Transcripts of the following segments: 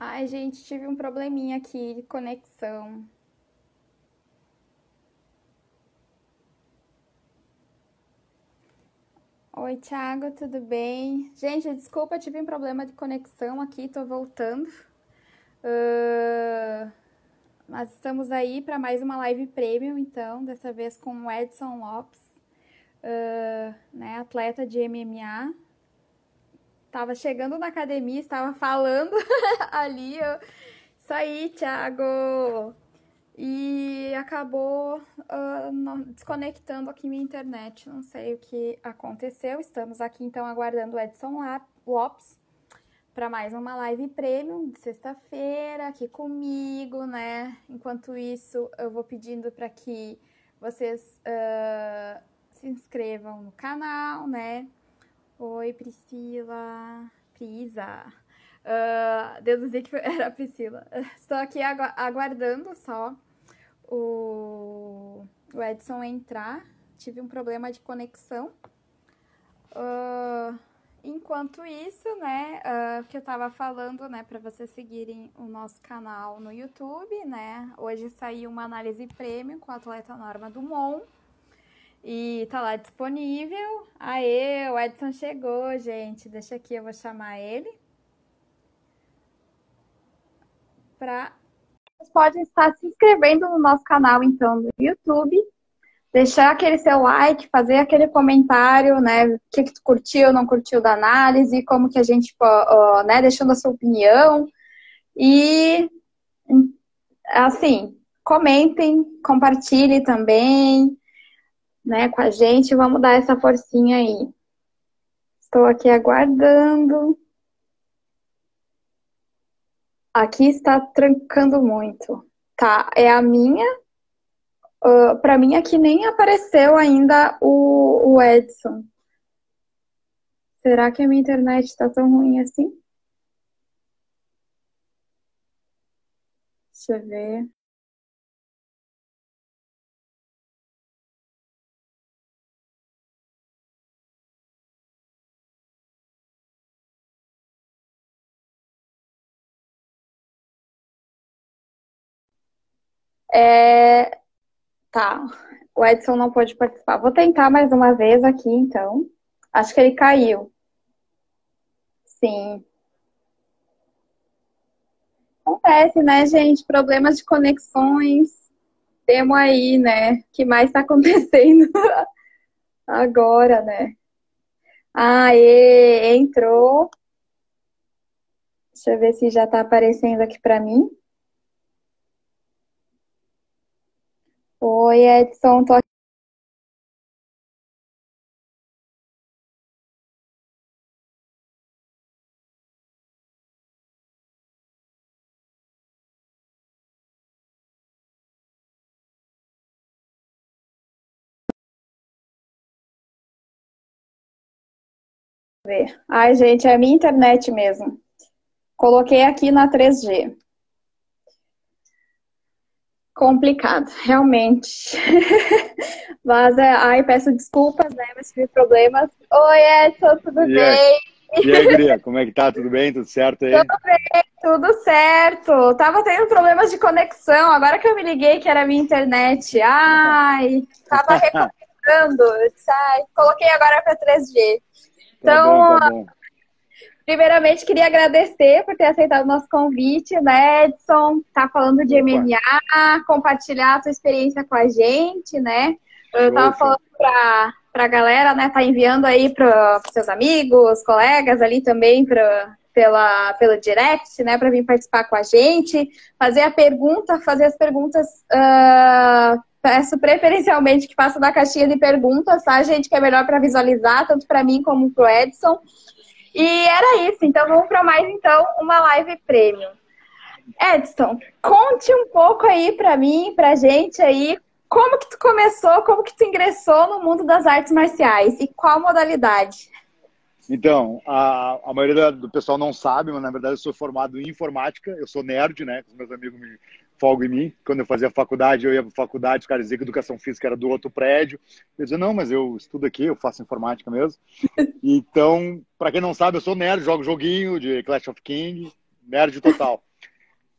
Ai, gente, tive um probleminha aqui de conexão. Oi, Thiago, tudo bem? Gente, desculpa, tive um problema de conexão aqui, tô voltando. Ah, Mas estamos aí para mais uma live premium, então, dessa vez com o Edson Lopes, né, atleta de MMA. Tava chegando na academia, estava falando ali, isso aí, Thiago. E acabou desconectando aqui minha internet. Não sei o que aconteceu. Estamos aqui então aguardando o Edson Lopes para mais uma live premium de sexta-feira aqui comigo, né? Enquanto isso, eu vou pedindo para que vocês se inscrevam no canal, né? Oi, Priscila. Prisa. Deduzi que era a Priscila. Estou aqui aguardando só o Edson entrar. Tive um problema de conexão. Enquanto isso, né, que eu tava falando, né, para vocês seguirem o nosso canal no YouTube, né, hoje saiu uma análise premium com a atleta Norma Dumont e tá lá disponível. Aê, o Edson chegou, gente, deixa aqui, eu vou chamar ele para... Vocês podem estar se inscrevendo no nosso canal, então, no YouTube, deixar aquele seu like, fazer aquele comentário, né? O que tu curtiu, não curtiu da análise, como que a gente, né? Deixando a sua opinião. E, assim, comentem, compartilhem também, né? Com a gente. Vamos dar essa forcinha aí. Estou aqui aguardando. Aqui está trancando muito. Tá, é a minha. Para mim aqui nem apareceu ainda o Edson. Será que a minha internet está tão ruim assim? Deixa eu ver. Tá, o Edson não pôde participar. Vou tentar mais uma vez aqui, então. Acho que ele caiu. Sim. Acontece, né, gente? Problemas de conexões. Temos aí, né? O que mais está acontecendo agora, né? Aê, entrou. Deixa eu ver se já está aparecendo aqui para mim. Oi, Edson, tô aqui. Ai, gente, é a minha internet mesmo. Coloquei aqui na 3G. Complicado, realmente. Mas, ai, peço desculpas, né? Mas tive problemas. Oi, Edson, tudo E aí, bem? e aí, guria, como é que tá? Tudo bem? Tudo certo aí? Tudo bem, tudo certo. Tava tendo problemas de conexão, agora que eu me liguei que era a minha internet. Ai, tava recomeçando. Ai, coloquei agora para 3G. Tá bom, tá Então, bom. primeiramente, queria agradecer por ter aceitado o nosso convite, né, Edson? Tá falando de Opa, MMA, compartilhar a sua experiência com a gente, né? Eu show, tava show. falando pra galera, né? Tá enviando aí para seus amigos, colegas ali também pelo direct, né? Para vir participar com a gente, fazer a pergunta, fazer as perguntas. Peço preferencialmente que faça na caixinha de perguntas, tá, gente? Que é melhor para visualizar, tanto para mim como para o Edson. E era isso, então vamos para mais então uma live premium. Edson, conte um pouco aí para mim, pra gente aí, como que tu começou, como que tu ingressou no mundo das artes marciais e qual modalidade? Então, a maioria do pessoal não sabe, mas na verdade eu sou formado em informática, eu sou nerd, né? Os meus amigos me folgam em mim. Quando eu fazia faculdade, eu ia para faculdade, os caras diziam que educação física era do outro prédio. Eu dizia, não, mas eu estudo aqui, eu faço informática mesmo. Então, para quem não sabe, eu sou nerd, jogo joguinho de Clash of King, nerd total.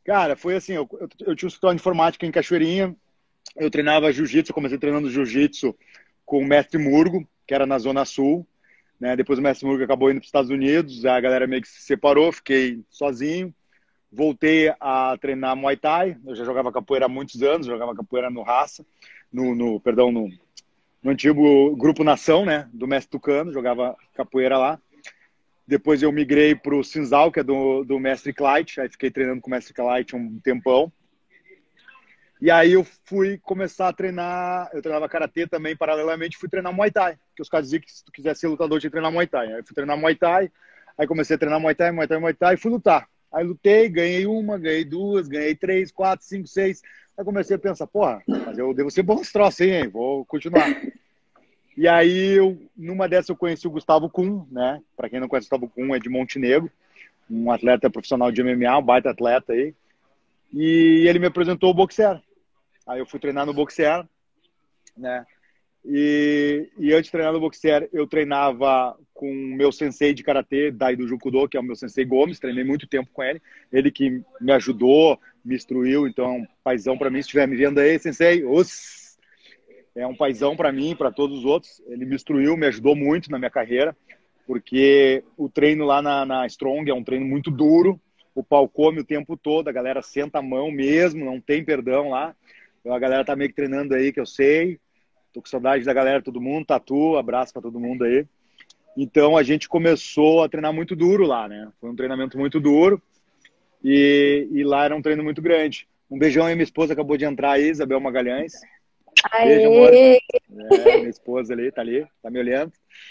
Cara, foi assim, eu tinha um escritório de informática em Cachoeirinha, eu treinava jiu-jitsu, eu comecei treinando jiu-jitsu com o mestre Murgo, que era na Zona Sul, né? Depois o mestre Murgo acabou indo para os Estados Unidos, a galera meio que se separou, fiquei sozinho. Voltei a treinar Muay Thai, eu já jogava capoeira há muitos anos, jogava capoeira no Raça, perdão, no antigo Grupo Nação, né, do mestre Tucano, jogava capoeira lá. Depois eu migrei para o Cinzal, que é do mestre Clyde, aí fiquei treinando com o mestre Clyde um tempão. E aí eu fui começar a treinar, eu treinava Karatê também, paralelamente fui treinar Muay Thai, porque os caras diziam que se tu quisesse ser lutador tinha que treinar Muay Thai. Aí fui treinar Muay Thai, aí comecei a treinar Muay Thai, Muay Thai, e fui lutar. Aí lutei, ganhei uma, ganhei duas, ganhei 3, 4, 5, 6. Aí comecei a pensar, porra, mas eu devo ser bom nesse troço, hein? Vou continuar. E aí, numa dessas eu conheci o Gustavo Kuhn, né? Pra quem não conhece o Gustavo Kuhn, é de Montenegro, um atleta profissional de MMA, um baita atleta aí. E ele me apresentou o Boxer. Aí eu fui treinar no Boxer, né? E antes de treinar no Boxer, eu treinava com o meu sensei de karatê, Dai do Jukudo, que é o meu sensei Gomes. Treinei muito tempo com ele. Ele que me ajudou, me instruiu. Então, é um paizão para mim. Se estiver me vendo aí, sensei, é um paizão para mim, para todos os outros. Ele me instruiu, me ajudou muito na minha carreira, porque o treino lá na Strong é um treino muito duro. O pau come o tempo todo, a galera senta a mão mesmo, não tem perdão lá. Então, a galera tá meio que treinando aí, que eu sei. Tô com saudade da galera, todo mundo, Tatu, abraço para todo mundo aí. Então a gente começou a treinar muito duro lá, né? Foi um treinamento muito duro e lá era um treino muito grande. Um beijão aí, minha esposa acabou de entrar aí, Isabel Magalhães. Beijo, amor. Aê! Minha esposa ali, tá me olhando.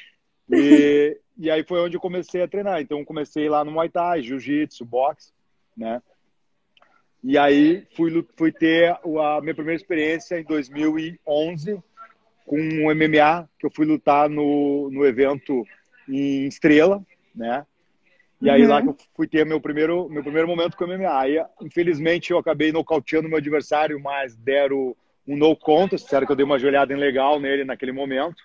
E aí foi onde eu comecei a treinar. Então comecei lá no Muay Thai, Jiu-Jitsu, boxe, né? E aí fui ter a minha primeira experiência em 2011 com o MMA, que eu fui lutar no evento em Estrela, né? E aí lá que eu fui ter meu primeiro momento com o MMA. Aí, infelizmente, eu acabei nocauteando meu adversário, mas deram um no contest, disseram que eu dei uma joelhada legal nele naquele momento.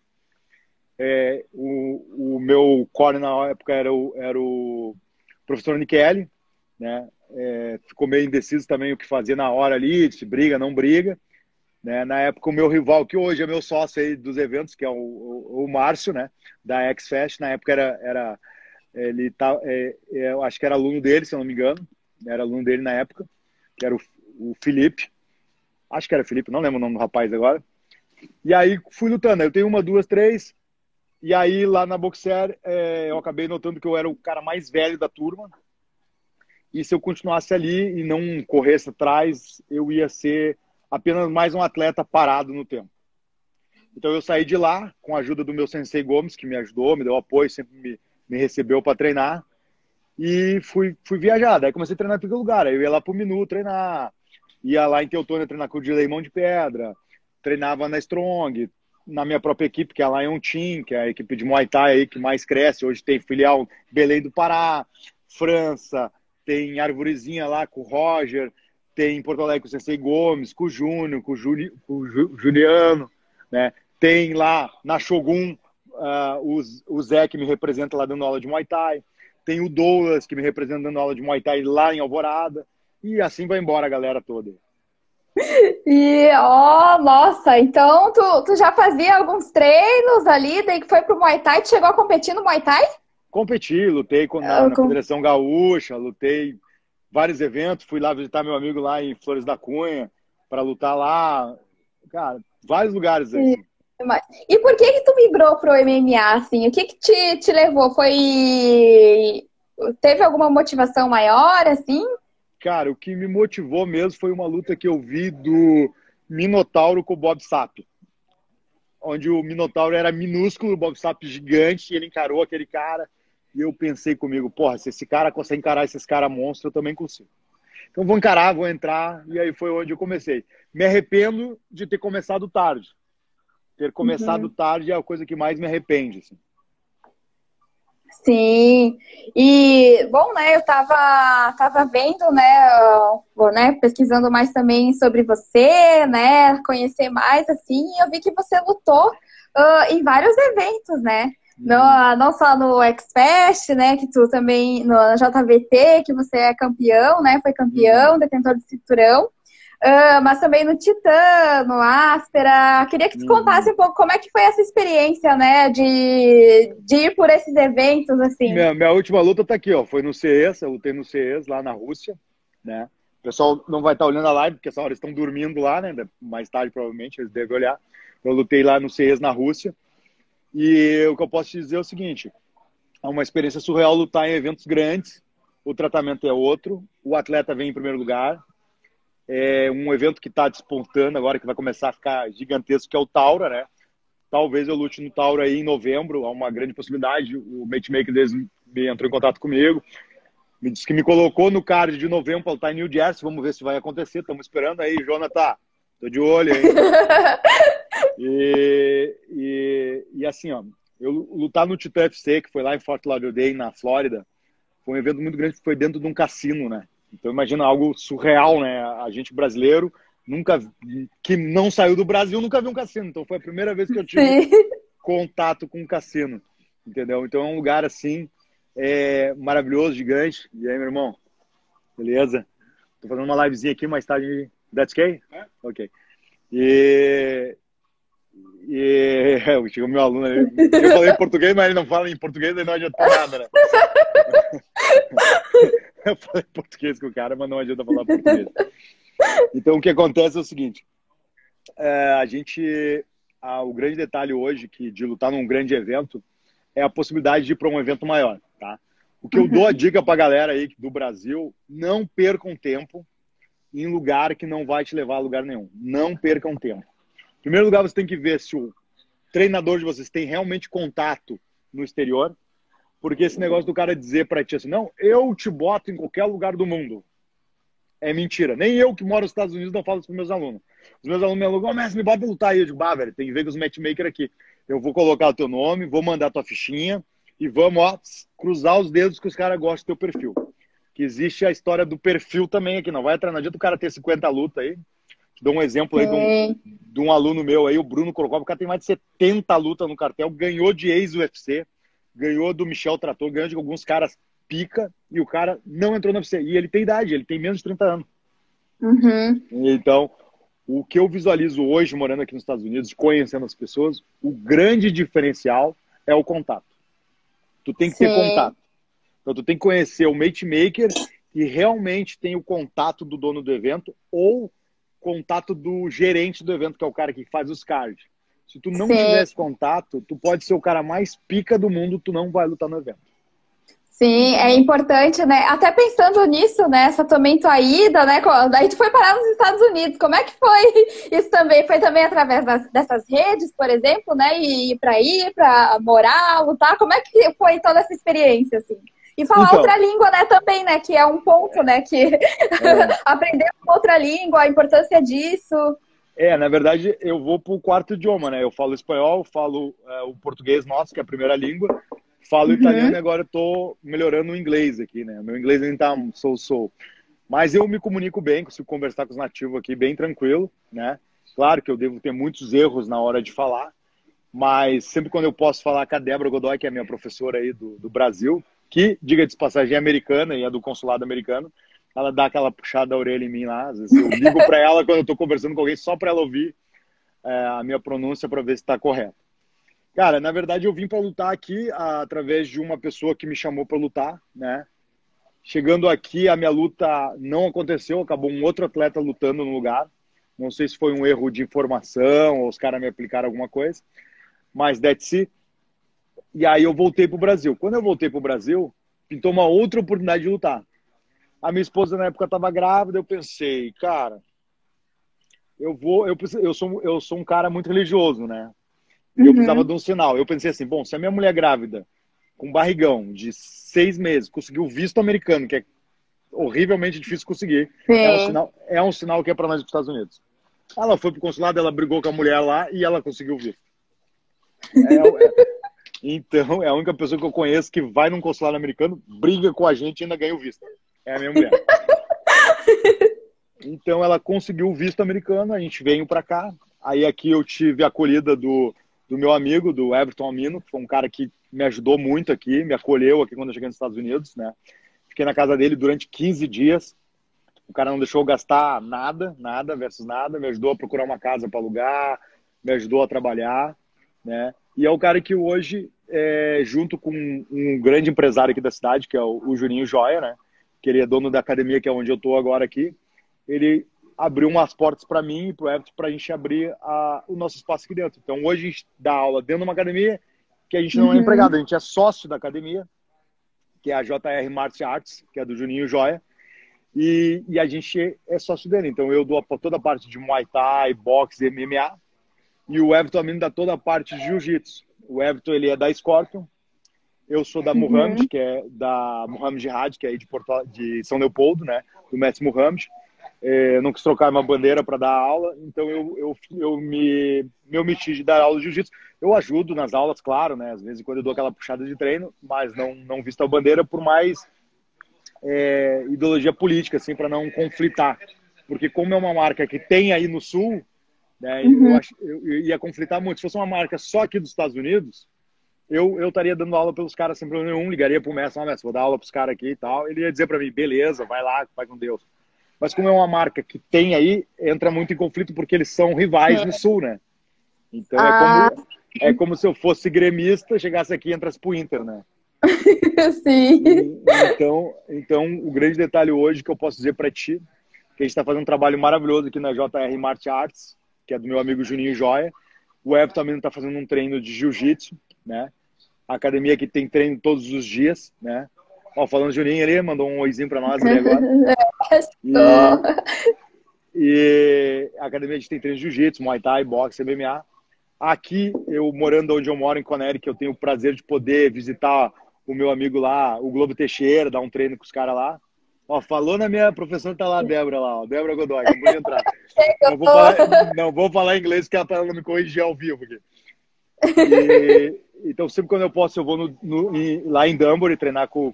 O meu corner na época era o professor Nikelli, né? Ficou meio indeciso também o que fazer na hora ali, se briga, não briga. Né? Na época, o meu rival, que hoje é meu sócio aí dos eventos, que é o Márcio, né? Da X-Fest, na época ele tá, eu acho que era aluno dele, se eu não me engano. Era aluno dele na época, que era o Felipe. Acho que era Felipe, não lembro o nome do rapaz agora. E aí fui lutando. Eu tenho uma, duas, três. E aí lá na Boxer, eu acabei notando que eu era o cara mais velho da turma. E se eu continuasse ali e não corresse atrás, eu ia ser apenas mais um atleta parado no tempo. Então eu saí de lá com a ajuda do meu sensei Gomes, que me ajudou, me deu apoio, sempre me recebeu para treinar. E fui viajar. Daí comecei a treinar em todo lugar. Aí eu ia lá pro Minu treinar. Ia lá em Teutônia treinar com o Dilei Mão de Pedra. Treinava na Strong, na minha própria equipe, que é a Lion Team, que é a equipe de Muay Thai aí que mais cresce. Hoje tem filial Belém do Pará, França, tem Arvorezinha lá com o Roger, tem em Porto Alegre com o Sensei Gomes, com o Júnior, com o Juliano, né? Tem lá na Shogun o Zé, que me representa lá dando aula de Muay Thai. Tem o Douglas, que me representa dando aula de Muay Thai lá em Alvorada. E assim vai embora a galera toda. Nossa, então tu já fazia alguns treinos ali, daí que foi pro Muay Thai, tu chegou a competir no Muay Thai? Competi, lutei na Federação Gaúcha, lutei vários eventos, fui lá visitar meu amigo lá em Flores da Cunha para lutar lá, cara, vários lugares assim. E por que tu migrou pro MMA, assim? O que te levou? Teve alguma motivação maior, assim? Cara, o que me motivou mesmo foi uma luta que eu vi do Minotauro com o Bob Sapp, onde o Minotauro era minúsculo, o Bob Sapp gigante, e ele encarou aquele cara, e eu pensei comigo, porra, se esse cara consegue encarar esses caras monstros, eu também consigo. Então vou encarar, vou entrar, e aí foi onde eu comecei. Me arrependo de ter começado tarde. Ter começado tarde é a coisa que mais me arrepende, assim. Sim, e bom, né, eu tava vendo, né, pesquisando mais também sobre você, né, conhecer mais, assim, e eu vi que você lutou em vários eventos, né, Não só no X-Fest, né, que tu também, no JVT, que você é campeão, né, foi campeão, detentor de cinturão, mas também no Titã, no Áspera. Queria que tu contasse um pouco como é que foi essa experiência, né, de ir por esses eventos, assim. Minha última luta tá aqui, ó, foi no CES, eu lutei no CES, lá na Rússia, né? O pessoal não vai estar olhando a live, porque essa hora eles estão dormindo lá, né? Mais tarde, provavelmente, eles devem olhar. Eu lutei lá no CES, na Rússia. E o que eu posso te dizer é o seguinte, é uma experiência surreal lutar em eventos grandes, o tratamento é outro, o atleta vem em primeiro lugar, é um evento que está despontando agora, que vai começar a ficar gigantesco, que é o Taura, né? Talvez eu lute no Taura aí em novembro, há uma grande possibilidade, o matchmaker deles me entrou em contato comigo, me disse que me colocou no card de novembro para lutar em New Jersey, vamos ver se vai acontecer, estamos esperando aí, Jonathan, tô de olho aí. E assim, ó, eu lutar no Titã FC, que foi lá em Fort Lauderdale, na Flórida, foi um evento muito grande, que foi dentro de um cassino, né? Então imagina algo surreal, né? A gente brasileiro, nunca que não saiu do Brasil, nunca viu um cassino. Então foi a primeira vez que eu tive contato com um cassino, entendeu? Então é um lugar assim, maravilhoso, gigante. E aí, meu irmão? Beleza? Tô fazendo uma livezinha aqui, mais tarde. That's okay? Ok. Chegou meu aluno ali. Eu falei em português, mas ele não fala em português, aí não adiantou nada, né? Eu falei português com o cara, mas não adianta falar português. Então, o que acontece é o seguinte. O grande detalhe hoje de lutar num grande evento é a possibilidade de ir para um evento maior, tá? O que eu dou a dica pra galera aí do Brasil, não percam tempo em lugar que não vai te levar a lugar nenhum. Não percam tempo. Em primeiro lugar, você tem que ver se o treinador de vocês tem realmente contato no exterior, porque esse negócio do cara dizer pra ti assim, não, eu te boto em qualquer lugar do mundo. É mentira. Nem eu que moro nos Estados Unidos não falo isso pros meus alunos. Os meus alunos me alugam, mestre, me bota pra lutar aí. Eu digo, velho, tem que ver com os matchmakers aqui. Eu vou colocar o teu nome, vou mandar a tua fichinha e vamos, ó, cruzar os dedos que os caras gostam do teu perfil. Que existe a história do perfil também aqui. Não adianta o cara ter 50 lutas aí. Te dou um exemplo aí de um aluno meu aí, o Bruno Corcova, o cara tem mais de 70 lutas no cartel, ganhou de ex-UFC, ganhou do Michel Trator, ganhou de alguns caras pica, e o cara não entrou no UFC. E ele tem idade, ele tem menos de 30 anos. Então, o que eu visualizo hoje, morando aqui nos Estados Unidos, conhecendo as pessoas, o grande diferencial é o contato. Tu tem que ter contato. Então, tu tem que conhecer o matchmaker que realmente tem o contato do dono do evento ou contato do gerente do evento, que é o cara que faz os cards. Se tu não tiver esse contato, tu pode ser o cara mais pica do mundo, tu não vai lutar no evento. Sim, é importante, né? Até pensando nisso, né? Essa também tua ida, né? Daí tu foi parar nos Estados Unidos. Como é que foi isso também? Foi também através dessas redes, por exemplo, né? E ir pra morar, lutar. Como é que foi toda essa experiência, assim? E falar outra língua, né, também, né? Que é um ponto, né? Que aprender uma outra língua, a importância disso. Na verdade, eu vou pro quarto idioma, né? Eu falo espanhol, falo o português nosso, que é a primeira língua, falo italiano e agora eu tô melhorando o inglês aqui, né? Meu inglês ainda tá sou. Mas eu me comunico bem, consigo conversar com os nativos aqui bem tranquilo, né? Claro que eu devo ter muitos erros na hora de falar, mas sempre quando eu posso falar com a Débora Godoy, que é a minha professora aí do Brasil, que, diga de passagem, é americana e é do consulado americano, ela dá aquela puxada da orelha em mim lá. Às vezes eu ligo para ela quando eu tô conversando com alguém só para ela ouvir a minha pronúncia para ver se está correto. Cara, na verdade eu vim para lutar aqui através de uma pessoa que me chamou para lutar, né? Chegando aqui, a minha luta não aconteceu, acabou um outro atleta lutando no lugar. Não sei se foi um erro de informação ou os caras me aplicaram alguma coisa, mas that's it. E aí eu voltei pro Brasil. Quando eu voltei pro Brasil, pintou uma outra oportunidade de lutar. A minha esposa na época estava grávida, eu pensei, cara, eu sou um cara muito religioso, né? E eu precisava de um sinal. Eu pensei assim, bom, se a minha mulher grávida, com barrigão de 6 meses, conseguiu visto americano, que é horrivelmente difícil conseguir, é um sinal que é para nós dos Estados Unidos. Ela foi pro consulado, ela brigou com a mulher lá e ela conseguiu visto. Então, é a única pessoa que eu conheço que vai num consulado americano, briga com a gente e ainda ganha o visto. É a minha mulher. Então, ela conseguiu o visto americano, a gente veio pra cá. Aí aqui eu tive a acolhida do meu amigo, do Everton Amino, que foi um cara que me ajudou muito aqui, me acolheu aqui quando eu cheguei nos Estados Unidos, né? Fiquei na casa dele durante 15 dias. O cara não deixou eu gastar nada, nada versus nada, me ajudou a procurar uma casa para alugar, me ajudou a trabalhar, né? E é o cara que hoje, junto com um grande empresário aqui da cidade, que é o Juninho Joia, né? Que ele é dono da academia, que é onde eu tô agora aqui. Ele abriu umas portas para mim e para o Everton para a gente abrir o nosso espaço aqui dentro. Então hoje a gente dá aula dentro de uma academia que a gente não é empregado, a gente é sócio da academia, que é a JR Martial Arts, que é do Juninho Joia. E a gente é sócio dele. Então eu dou toda a parte de Muay Thai, boxe, MMA. E o Everton me dá toda a parte de Jiu-Jitsu. O Everton, ele é da Scorpion. Eu sou da Muhammad, que é da Muhammad Jihad, que é aí de São Leopoldo, né? Do mestre Muhammad. Eu não quis trocar uma bandeira para dar aula, então eu me omiti de dar aula de Jiu-Jitsu. Eu ajudo nas aulas, claro, né? Às vezes quando eu dou aquela puxada de treino, mas não visto a bandeira por mais ideologia política, assim, para não conflitar. Porque como é uma marca que tem aí no Sul, né, eu ia conflitar muito. Se fosse uma marca só aqui dos Estados Unidos, eu estaria dando aula pelos caras sem problema nenhum, ligaria pro mestre, mestre, vou dar aula pros caras aqui e tal. Ele ia dizer para mim, beleza, vai lá, vai com Deus. Mas como é uma marca que tem aí, entra muito em conflito porque eles são rivais no Sul, né? Então é como se eu fosse gremista, chegasse aqui e entrasse pro Inter, né? Sim. Então, o grande detalhe hoje que eu posso dizer para ti, que a gente está fazendo um trabalho maravilhoso aqui na JR Martial Arts, que é do meu amigo Juninho Joia. O Everton também está fazendo um treino de Jiu-Jitsu, né? A academia aqui tem treino todos os dias, né? Ó, falando do Juninho ali, mandou um oizinho para nós ali agora. E a academia a gente tem treino de Jiu-Jitsu, Muay Thai, boxe, MMA. Aqui, eu morando onde eu moro, em Connecticut, eu tenho o prazer de poder visitar o meu amigo lá, o Globo Teixeira, dar um treino com os caras lá. Ó, falou na minha professora, tá lá a Débora lá, ó, Débora Godoy, não vou entrar. Não vou falar inglês, que ela tá me corrigir ao vivo aqui. Então, sempre quando eu posso, eu vou lá em Danbury treinar com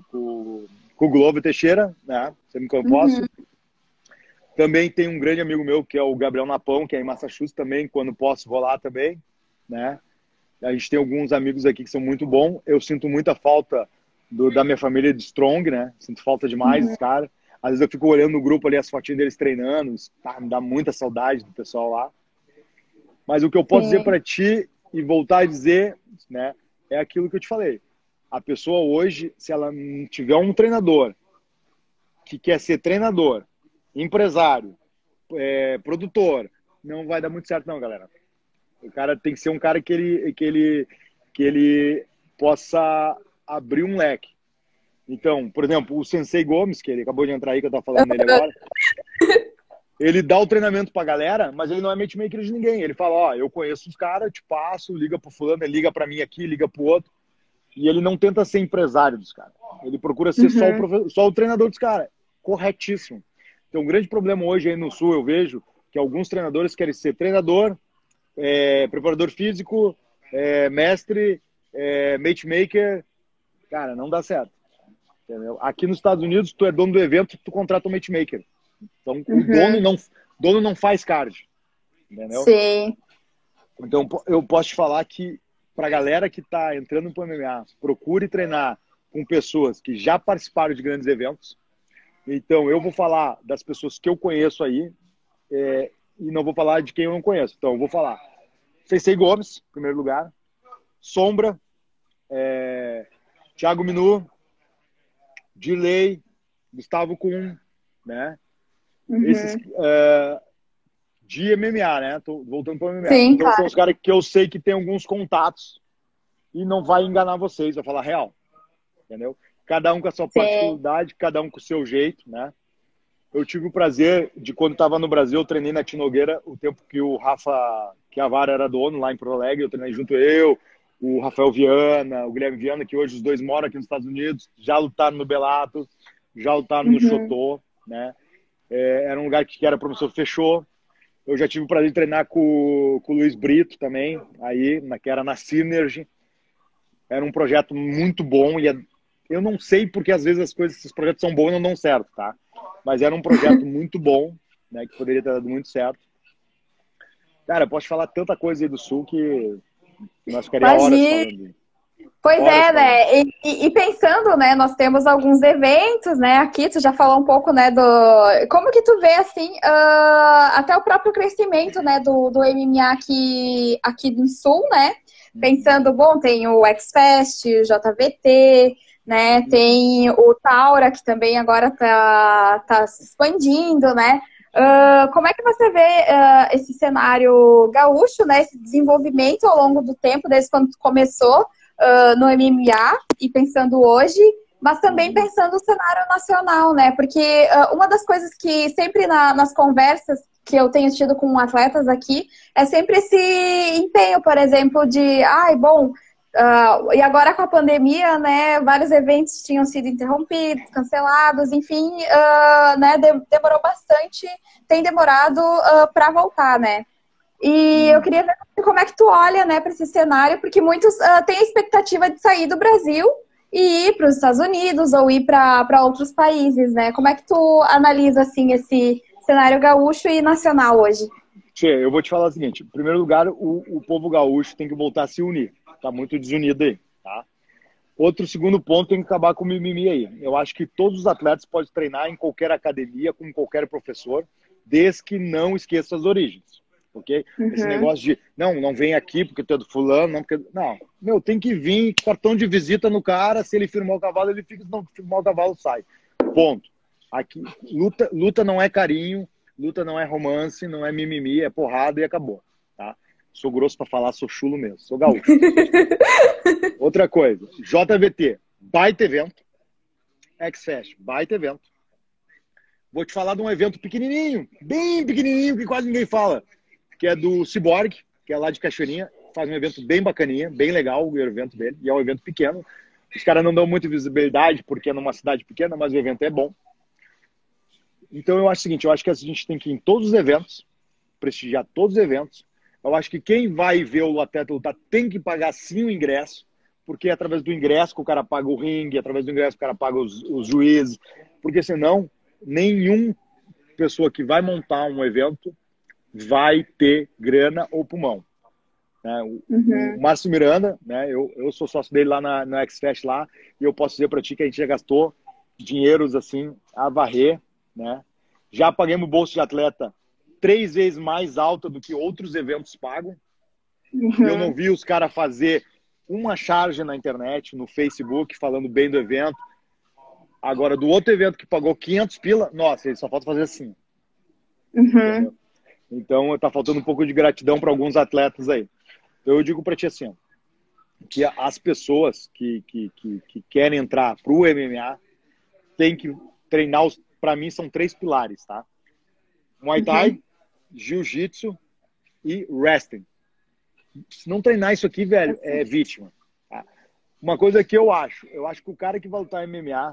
o Globo Teixeira, né? Sempre que eu posso. Também tem um grande amigo meu, que é o Gabriel Napão, que é em Massachusetts também. Quando posso, vou lá também, né? A gente tem alguns amigos aqui que são muito bons. Eu sinto muita falta da minha família de Strong, né? Sinto falta demais dos caras. Às vezes eu fico olhando no grupo ali as fotinhas deles treinando. Me dá muita saudade do pessoal lá. Mas o que eu posso dizer para ti e voltar a dizer, né? É aquilo que eu te falei. A pessoa hoje, se ela não tiver um treinador que quer ser treinador, empresário, produtor, não vai dar muito certo não, galera. O cara tem que ser um cara que ele possa abrir um leque. Então, por exemplo, o Sensei Gomes, que ele acabou de entrar aí, que eu tava falando dele agora, ele dá o treinamento pra galera, mas ele não é matchmaker de ninguém. Ele fala, ó, eu conheço os caras, te passo, liga pro fulano, ele liga pra mim aqui, liga pro outro. E ele não tenta ser empresário dos caras. Ele procura ser só o treinador dos caras. Corretíssimo. Tem um grande problema hoje aí no Sul, eu vejo, que alguns treinadores querem ser treinador, preparador físico, mestre, matchmaker. Cara, não dá certo. Entendeu? Aqui nos Estados Unidos, tu é dono do evento, tu contrata um matchmaker. Então, o dono não faz card. Entendeu? Sim. Então, eu posso te falar que pra galera que tá entrando pro MMA, procure treinar com pessoas que já participaram de grandes eventos. Então, eu vou falar das pessoas que eu conheço aí e não vou falar de quem eu não conheço. Então, eu vou falar Sensei Gomes, em primeiro lugar, Sombra, Thiago Minu, Dilei, Gustavo Kuhn, né? Esses de MMA, né? Tô voltando para o MMA. Sim, então, claro. são os caras que eu sei que tem alguns contatos e não vai enganar vocês, vai falar real. Entendeu? Cada um com a sua particularidade, cada um com o seu jeito, né? Eu tive o prazer de, quando estava no Brasil, eu treinei na Tinogueira o tempo que o Rafa Chiavara era dono lá em Porto Alegre. Eu treinei junto o Rafael Viana, o Guilherme Viana, que hoje os dois moram aqui nos Estados Unidos, já lutaram no Bellator, já lutaram no Chotô, né? Era um lugar que era promissor, fechou. Eu já tive o prazer de treinar com o Luiz Brito também, aí, que era na Synergy. Era um projeto muito bom e eu não sei porque às vezes esses projetos são bons e não dão certo, tá? Mas era um projeto muito bom, né? Que poderia ter dado muito certo. Cara, eu posso falar tanta coisa aí do Sul que nós ficaríamos horas falando. Pois Fora é, esse padrão. né? E pensando, né? Nós temos alguns eventos, né? Aqui tu já falou um pouco, né? Do como que tu vê assim, até o próprio crescimento, né? Do MMA aqui do Sul, né? Uhum, Pensando, bom, tem o X-Fest, o JVT, né? uhum, Tem o Taura que também agora tá se expandindo, né? uhum. Como é que você vê esse cenário gaúcho, né? Esse desenvolvimento ao longo do tempo, desde quando tu começou? No MMA e pensando hoje, mas também Uhum. pensando no cenário nacional, né? Porque uma das coisas que sempre nas conversas que eu tenho tido com atletas aqui é sempre esse empenho, por exemplo, de, ai, bom, e agora com a pandemia, né, vários eventos tinham sido interrompidos, cancelados, enfim, né, demorou bastante, tem demorado para voltar, né? E eu Uhum. queria ver como é que tu olha, né, para esse cenário, porque muitos têm a expectativa de sair do Brasil e ir para os Estados Unidos ou ir para outros países, né? Como é que tu analisa assim esse cenário gaúcho e nacional hoje? Tchê, eu vou te falar o seguinte: em primeiro lugar, o povo gaúcho tem que voltar a se unir. Tá muito desunido aí, tá? Outro segundo ponto, tem que acabar com o mimimi aí. Eu acho que todos os atletas podem treinar em qualquer academia, com qualquer professor, desde que não esqueça as origens, ok? Esse Uhum, negócio de, não vem aqui porque tu é do fulano, não, porque... Não, meu, tem que vir, cartão de visita no cara, se ele firmar o cavalo, ele fica, se não firmar o cavalo, sai. Ponto. Aqui, luta não é carinho, luta não é romance, não é mimimi, é porrada e acabou, tá? Sou grosso pra falar, sou chulo mesmo, sou gaúcho. Outra coisa, JVT, baita evento. X-Fest, baita evento. Vou te falar de um evento pequenininho, bem pequenininho, que quase ninguém fala, que é do Cyborg, que é lá de Cachoeirinha. Faz um evento bem bacaninha, bem legal o evento dele, e é um evento pequeno. Os caras não dão muita visibilidade porque é numa cidade pequena, mas o evento é bom. Então eu acho o seguinte, eu acho que a gente tem que ir em todos os eventos, prestigiar todos os eventos. Eu acho que quem vai ver o atleta lutar tem que pagar sim o ingresso, porque é através do ingresso que o cara paga o ringue, é através do ingresso que o cara paga os juízes, porque senão nenhuma pessoa que vai montar um evento vai ter grana ou pulmão. Né? O uhum. Márcio Miranda, né? Eu sou sócio dele lá no X-Fest lá, e eu posso dizer para ti que a gente já gastou dinheiros assim a varrer, né? Já paguemos o bolso de atleta 3 vezes mais alta do que outros eventos pagam. E eu não Uhum. vi os caras fazer uma charge na internet, no Facebook, falando bem do evento. Agora, do outro evento que pagou 500 pila, nossa, ele só falta fazer assim, entendeu? Uhum. Então, tá faltando um pouco de gratidão para alguns atletas aí. Então, eu digo para ti assim, que as pessoas que querem entrar pro MMA têm que treinar, para mim, são 3 pilares, tá? Muay Thai, Uhum. Jiu-Jitsu e Wrestling. Se não treinar isso aqui, velho, é vítima. Tá? Uma coisa que eu acho que o cara que vai lutar MMA,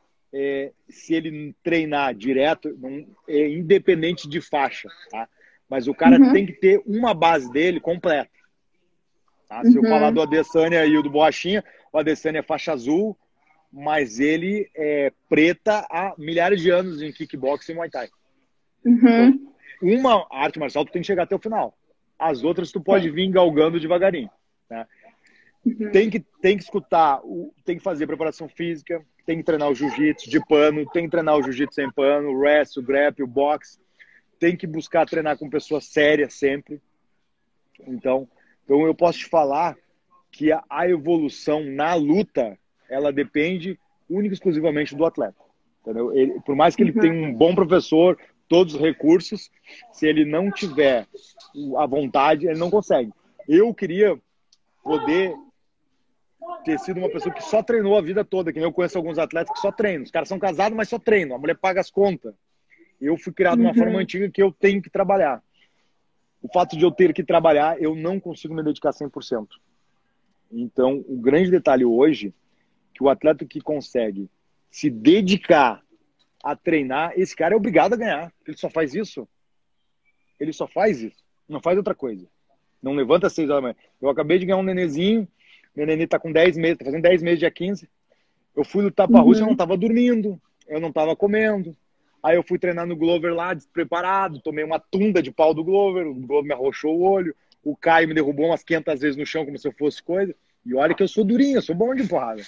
se ele treinar direto, não, é independente de faixa, tá? Mas o cara tem Uhum. que ter uma base dele completa. Tá? Se eu falar do Uhum. Adesanya e o do Borrachinha, o Adesanya é faixa azul, mas ele é preta há milhares de anos em kickboxing e Muay Thai. Então, Uhum. uma arte marcial tu tem que chegar até o final. As outras tu pode Sim. vir galgando devagarinho. Né? Uhum. Tem que escutar, tem que fazer preparação física, tem que treinar o jiu-jitsu de pano, tem que treinar o jiu-jitsu sem pano, o wrestle, o grapple, o boxe. Tem que buscar treinar com pessoas sérias sempre. Então eu posso te falar que a evolução na luta, ela depende única e exclusivamente do atleta. Entendeu? Ele, por mais que ele tenha Uhum. um bom professor, todos os recursos, se ele não tiver a vontade, ele não consegue. Eu queria poder ter sido uma pessoa que só treinou a vida toda, que nem eu conheço alguns atletas que só treinam. Os caras são casados, mas só treinam. A mulher paga as contas. Eu fui criado de uma forma Uhum. antiga que eu tenho que trabalhar. O fato de eu ter que trabalhar, eu não consigo me dedicar 100%. Então, o grande detalhe hoje, que o atleta que consegue se dedicar a treinar, esse cara é obrigado a ganhar. Ele só faz isso. Ele só faz isso. Não faz outra coisa. Não levanta às 6 horas da manhã. Eu acabei de ganhar um nenenzinho. Meu neném tá com 10 meses, tá fazendo 10 meses, dia 15. Eu fui lutar pra Rússia, eu não Uhum. tava dormindo. Eu não tava comendo. Aí eu fui treinar no Glover lá, despreparado. Tomei uma tunda de pau do Glover. O Glover me arrochou o olho. O Caio me derrubou umas 500 vezes no chão, como se eu fosse coisa. E olha que eu sou durinho, eu sou bom de porrada.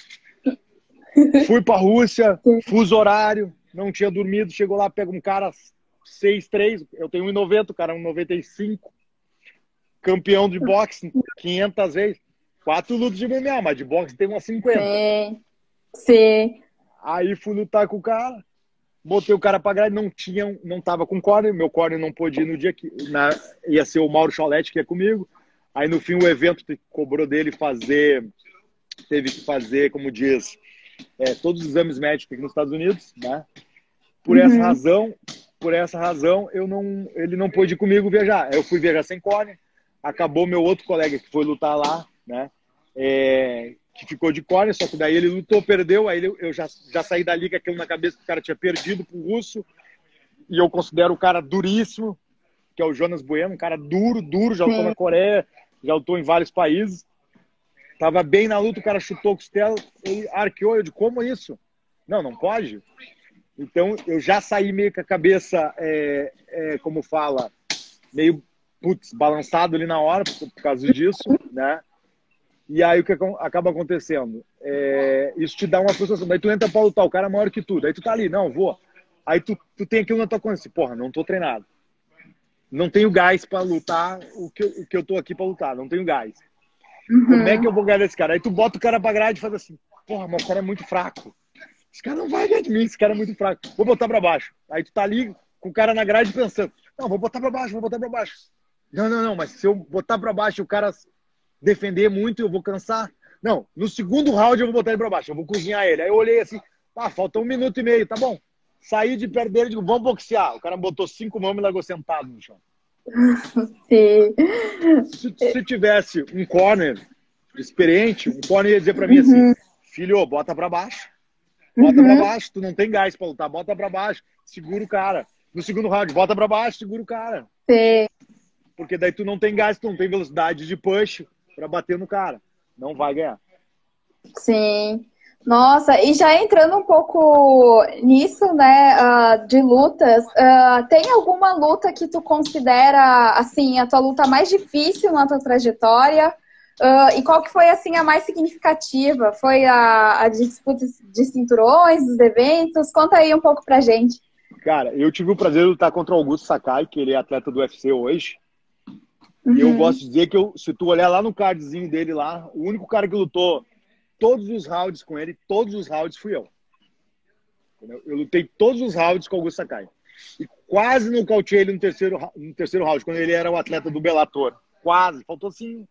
Fui pra Rússia, fuso horário, não tinha dormido, chegou lá, pega um cara 6'3", eu tenho 1,90, o cara 1,95, campeão de boxe 500 vezes, 4 lutas de MMA, mas de boxe tem umas 50. Sim, sim. Aí fui lutar com o cara, botei o cara pra grade, não tava com corner, meu corner não pôde ir no dia que ia ser o Mauro Choletti que ia comigo. Aí no fim o evento cobrou dele teve que fazer, como diz, todos os exames médicos aqui nos Estados Unidos, né? Por essa razão, ele não pôde ir comigo viajar. Eu fui viajar sem corner, acabou meu outro colega que foi lutar lá, né? Que ficou de corner, só que daí ele lutou, perdeu, aí eu já saí dali com aquilo na cabeça que o cara tinha perdido pro russo, e eu considero o cara duríssimo, que é o Jonas Bueno, um cara duro, já lutou na Coreia, já lutou em vários países. Tava bem na luta, o cara chutou a costela, ele arqueou, eu digo, como isso? Não pode. Então, eu já saí meio com a cabeça, como fala, meio, balançado ali na hora, por causa disso, né? E aí, o que acaba acontecendo? Isso te dá uma frustração. Daí tu entra pra lutar, o cara é maior que tu. Daí tu tá ali, não, vou. Aí tu tem aquilo na tua consciência, porra, não tô treinado. Não tenho gás pra lutar o que eu tô aqui pra lutar, não tenho gás. Como é que eu vou ganhar desse cara? Aí tu bota o cara pra grade e faz assim, porra, mas o cara é muito fraco. Esse cara não vai ganhar de mim, esse cara é muito fraco. Vou botar pra baixo. Aí tu tá ali com o cara na grade pensando, não, vou botar pra baixo. Não, mas se eu botar pra baixo e o cara defender muito, eu vou cansar. Não, no segundo round eu vou botar ele pra baixo, eu vou cozinhar ele. Aí eu olhei assim, falta 1 minuto e meio, tá bom. Saí de perto dele e digo, vamos boxear. O cara botou 5 mãos e me largou sentado no chão. Sim. Se tivesse um corner experiente, um corner ia dizer pra mim assim, filho, bota pra baixo. Bota pra baixo, tu não tem gás pra lutar, bota pra baixo, segura o cara. No segundo round, bota pra baixo, segura o cara. Sim. Porque daí tu não tem gás, tu não tem velocidade de push pra bater no cara. Não vai ganhar. Sim. Nossa, e já entrando um pouco nisso, né, de lutas, tem alguma luta que tu considera, assim, a tua luta mais difícil na tua trajetória? E qual que foi, assim, a mais significativa? Foi a disputa de cinturões, dos eventos? Conta aí um pouco pra gente. Cara, eu tive o prazer de lutar contra o Augusto Sakai, que ele é atleta do UFC hoje. E eu gosto de dizer que se tu olhar lá no cardzinho dele lá, o único cara que lutou todos os rounds com ele, todos os rounds fui eu. Eu lutei todos os rounds com o Augusto Sakai. E quase nocauteei ele no terceiro round, quando ele era o atleta do Bellator. Quase, faltou assim.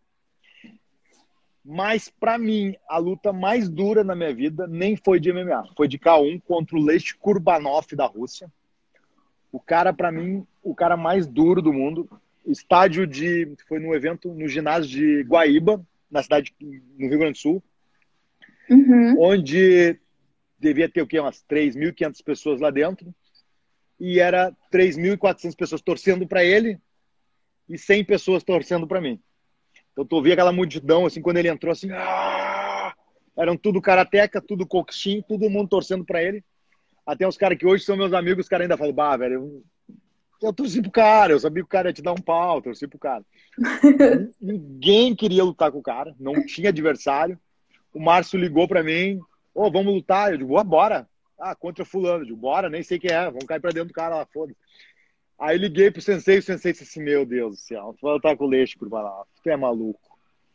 Mas pra mim, a luta mais dura na minha vida nem foi de MMA. Foi de K1 contra o Leste Kurbanov da Rússia. O cara, pra mim, o cara mais duro do mundo. Foi no evento, no ginásio de Guaíba, na cidade, no Rio Grande do Sul. Onde devia ter o quê? Umas 3.500 pessoas lá dentro. E era 3.400 pessoas torcendo para ele e 100 pessoas torcendo para mim. Então tu via aquela multidão, assim, quando ele entrou, assim... Eram tudo karateca, tudo coxim, todo mundo torcendo para ele. Até os caras que hoje são meus amigos, os caras ainda falam, velho, eu torci pro cara, eu sabia que o cara ia te dar um pau, eu torci pro cara. Ninguém queria lutar com o cara, não tinha adversário. O Márcio ligou pra mim, vamos lutar? Eu digo, bora. Contra fulano. Eu digo, bora, nem sei quem é, vamos cair pra dentro do cara lá, foda-se. Aí liguei pro sensei, o sensei disse assim, meu Deus do céu, tu vai lutar com o Leste por lá. Tu é maluco.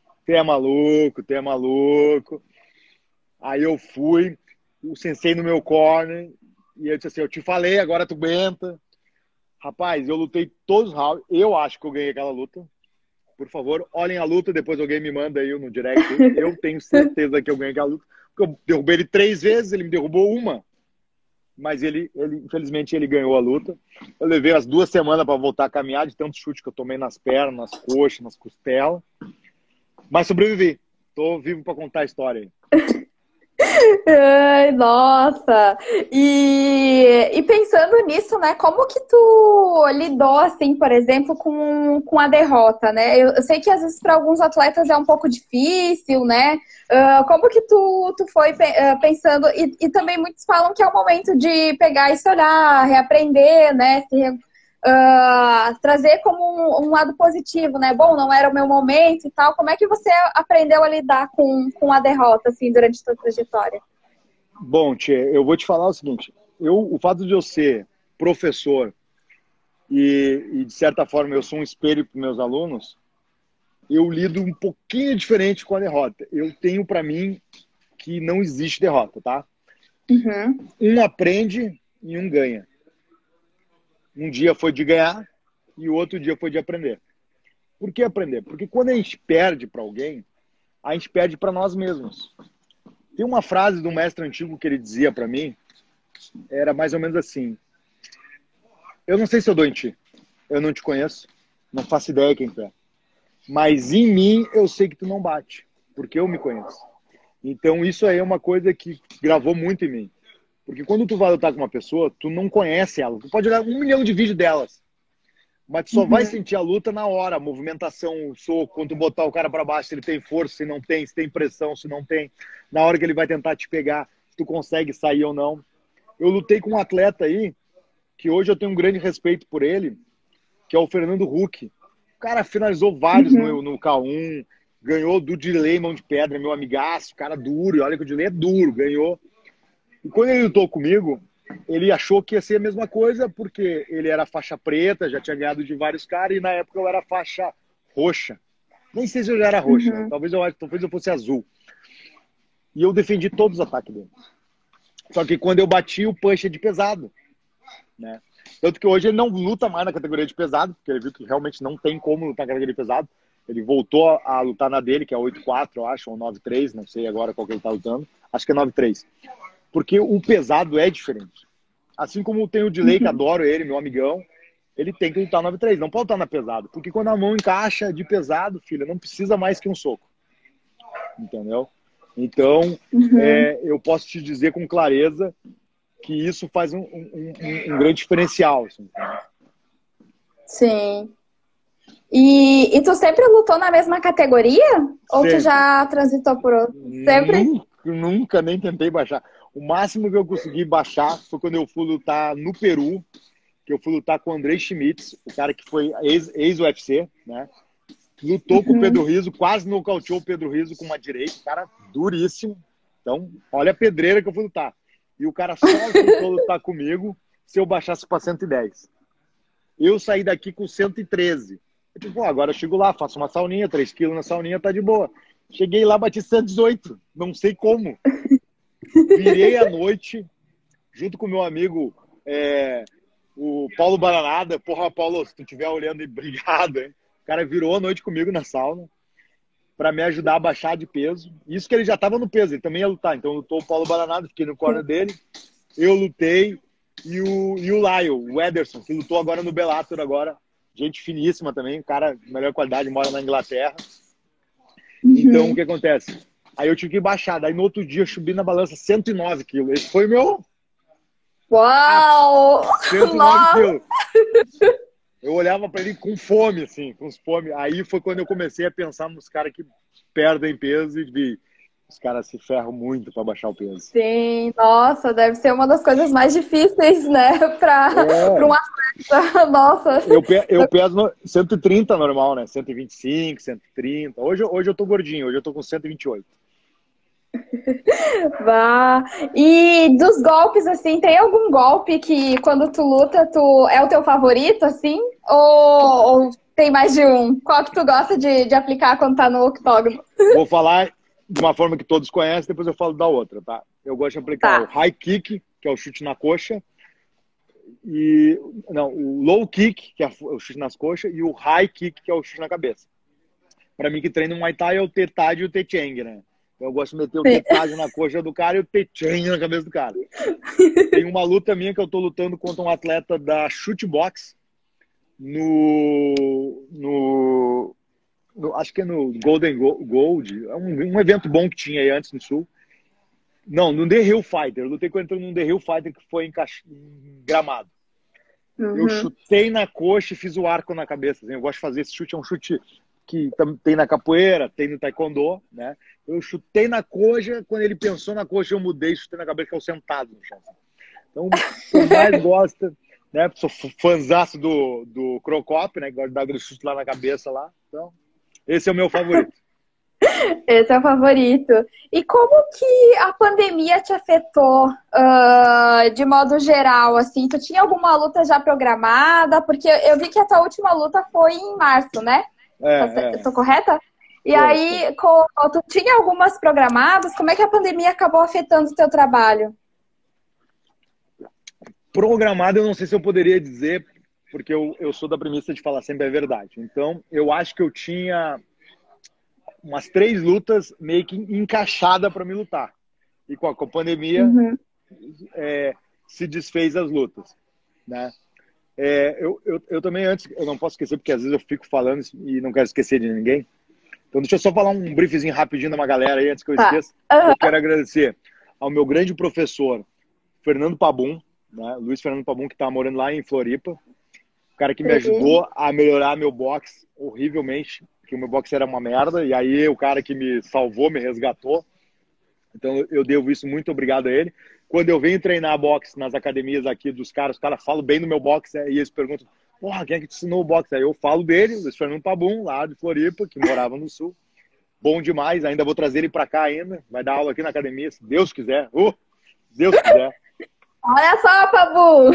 Aí eu fui, o sensei no meu corner, e eu disse assim, eu te falei, agora tu aguenta. Rapaz, eu lutei todos os rounds, eu acho que eu ganhei aquela luta. Por favor, olhem a luta, depois alguém me manda aí no direct. Eu tenho certeza que eu ganhei aquela luta. Porque eu derrubei ele 3 vezes, ele me derrubou uma. Mas infelizmente, ele ganhou a luta. Eu levei as 2 semanas para voltar a caminhar, de tanto chute que eu tomei nas pernas, nas coxas, nas costelas. Mas sobrevivi. Tô vivo para contar a história aí. Ai, nossa! E pensando nisso, né? Como que tu lidou, assim, por exemplo, com a derrota, né? Eu sei que às vezes para alguns atletas é um pouco difícil, né? Como que tu foi pensando? E também muitos falam que é o momento de pegar e se olhar, reaprender, né? trazer como um lado positivo, né? Bom, não era o meu momento e tal. Como é que você aprendeu a lidar com a derrota, assim, durante a sua trajetória? Bom, Tchê, eu vou te falar o seguinte. O fato de eu ser professor e, de certa forma, eu sou um espelho para meus alunos, eu lido um pouquinho diferente com a derrota. Eu tenho para mim que não existe derrota, tá? Uhum. Um aprende e um ganha. Um dia foi de ganhar e o outro dia foi de aprender. Por que aprender? Porque quando a gente perde para alguém, a gente perde para nós mesmos. Tem uma frase de um mestre antigo que ele dizia para mim, era mais ou menos assim: eu não sei se eu dou em ti, eu não te conheço, não faço ideia quem tu é, mas em mim eu sei que tu não bate, porque eu me conheço. Então isso aí é uma coisa que gravou muito em mim. Porque quando tu vai lutar com uma pessoa, tu não conhece ela. Tu pode olhar 1 milhão de vídeos delas, mas tu só vai sentir a luta na hora, a movimentação, o soco, quando tu botar o cara para baixo, se ele tem força, se não tem, se tem pressão, se não tem. Na hora que ele vai tentar te pegar, se tu consegue sair ou não. Eu lutei com um atleta aí, que hoje eu tenho um grande respeito por ele, que é o Fernando Huck. O cara finalizou vários no K1, ganhou do Dilei Mão de Pedra, meu amigaço, cara duro, e olha que o Dilei é duro, ganhou. E quando ele lutou comigo, ele achou que ia ser a mesma coisa, porque ele era faixa preta, já tinha ganhado de vários caras, e na época eu era faixa roxa. Nem sei se eu já era roxa, talvez eu fosse azul. E eu defendi todos os ataques dele. Só que quando eu bati, o punch é de pesado, né? Tanto que hoje ele não luta mais na categoria de pesado, porque ele viu que realmente não tem como lutar na categoria de pesado. Ele voltou a lutar na dele, que é 8-4, eu acho, ou 9-3, não sei agora qual que ele tá lutando. Acho que é 9-3. Porque o pesado é diferente. Assim como tem o Dilei, que adoro ele, meu amigão, ele tem que lutar 9-3, não pode lutar na pesado. Porque quando a mão encaixa de pesado, filha, não precisa mais que um soco. Entendeu? Então, eu posso te dizer com clareza que isso faz um grande diferencial. Assim. Sim. E tu sempre lutou na mesma categoria? Ou Sempre. tu já transitou por outro? Sempre? Nunca nem tentei baixar. O máximo que eu consegui baixar foi quando eu fui lutar no Peru, que eu fui lutar com o Andrei Schmitz, o cara que foi ex-UFC, né? Lutou com o Pedro Rizzo, quase nocauteou o Pedro Rizzo com uma direita, cara duríssimo. Então, olha a pedreira que eu fui lutar. E o cara só aceitou lutar comigo se eu baixasse para 110. Eu saí daqui com 113. Eu tipo, agora eu chego lá, faço uma sauninha, 3 quilos na sauninha, tá de boa. Cheguei lá, bati 118. Não sei como. Virei à noite, junto com o meu amigo, o Paulo Baranada. Porra, Paulo, se tu estiver olhando, obrigado, hein? O cara virou a noite comigo na sauna para me ajudar a baixar de peso. Isso que ele já tava no peso, ele também ia lutar. Então lutou o Paulo Baranada, fiquei no corner dele. Eu lutei. E o Lyle, o Ederson, que lutou agora no Bellator agora. Gente finíssima também, cara de melhor qualidade, mora na Inglaterra. Então, o que acontece? Aí eu tive que baixar. Daí no outro dia eu subi na balança 109 quilos. Esse foi meu... Uau! 109 quilos. Eu olhava pra ele com fome, assim, com fome. Aí foi quando eu comecei a pensar nos caras que perdem peso e vi. Os caras se ferram muito para baixar o peso. Sim, nossa, deve ser uma das coisas mais difíceis, né? Para um atleta. Nossa. Eu peso 130 normal, né? 125, 130. Hoje eu tô gordinho, hoje eu tô com 128. Vá. E dos golpes, assim, tem algum golpe que quando tu luta, é o teu favorito, assim? Ou tem mais de um? Qual que tu gosta de aplicar quando tá no octógono? Vou falar de uma forma que todos conhecem, depois eu falo da outra, tá? Eu gosto de aplicar o high kick, que é o chute na coxa, o low kick, que é o chute nas coxas, e o high kick, que é o chute na cabeça. Pra mim que treina no Muay Thai é o Tetad e o Techeng, né? Eu gosto de meter o Tetad na coxa do cara e o Techeng na cabeça do cara. Tem uma luta minha que eu tô lutando contra um atleta da Shootbox acho que é no Golden Gold, é um evento bom que tinha aí antes no Sul. Não, no The Hill Fighter. Eu lutei com ele num The Hill Fighter que foi em Gramado. Eu chutei na coxa e fiz o arco na cabeça. Assim. Eu gosto de fazer esse chute, é um chute que tem na capoeira, tem no taekwondo, né? Eu chutei na coxa, quando ele pensou na coxa, eu mudei e chutei na cabeça, que é o sentado no chão. Então, o que eu mais gosto, né? Sou fãzaço do Crocop, né? Gosto de dar aquele chute lá na cabeça lá. Então, esse é o meu favorito. Esse é o favorito. E como que a pandemia te afetou, de modo geral, assim? Tu tinha alguma luta já programada? Porque eu vi que a tua última luta foi em março, né? Tô correta? E aí, tu tinha algumas programadas? Como é que a pandemia acabou afetando o teu trabalho? Programado, eu não sei se eu poderia dizer, porque eu sou da premissa de falar sempre a verdade. Então, eu acho que eu tinha umas 3 lutas meio que encaixada para me lutar. E com a pandemia, se desfez as lutas, né? Eu também antes, eu não posso esquecer, porque às vezes eu fico falando e não quero esquecer de ninguém. Então deixa eu só falar um briefzinho rapidinho da uma galera aí, antes que eu esqueça. Eu quero agradecer ao meu grande professor, Fernando Pabum, né? Luiz Fernando Pabum, que está morando lá em Floripa. O cara que me ajudou a melhorar meu boxe horrivelmente, porque o meu boxe era uma merda, e aí o cara que me salvou, me resgatou. Então eu devo isso, muito obrigado a ele. Quando eu venho treinar boxe nas academias aqui dos caras, os caras falam bem do meu boxe, e eles perguntam, porra, quem é que te ensinou o boxe? Aí eu falo dele, Luiz Fernando Pabum, lá de Floripa, que morava no Sul. Bom demais, ainda vou trazer ele pra cá ainda, vai dar aula aqui na academia, se Deus quiser. Se Deus quiser. Olha só, Pabu!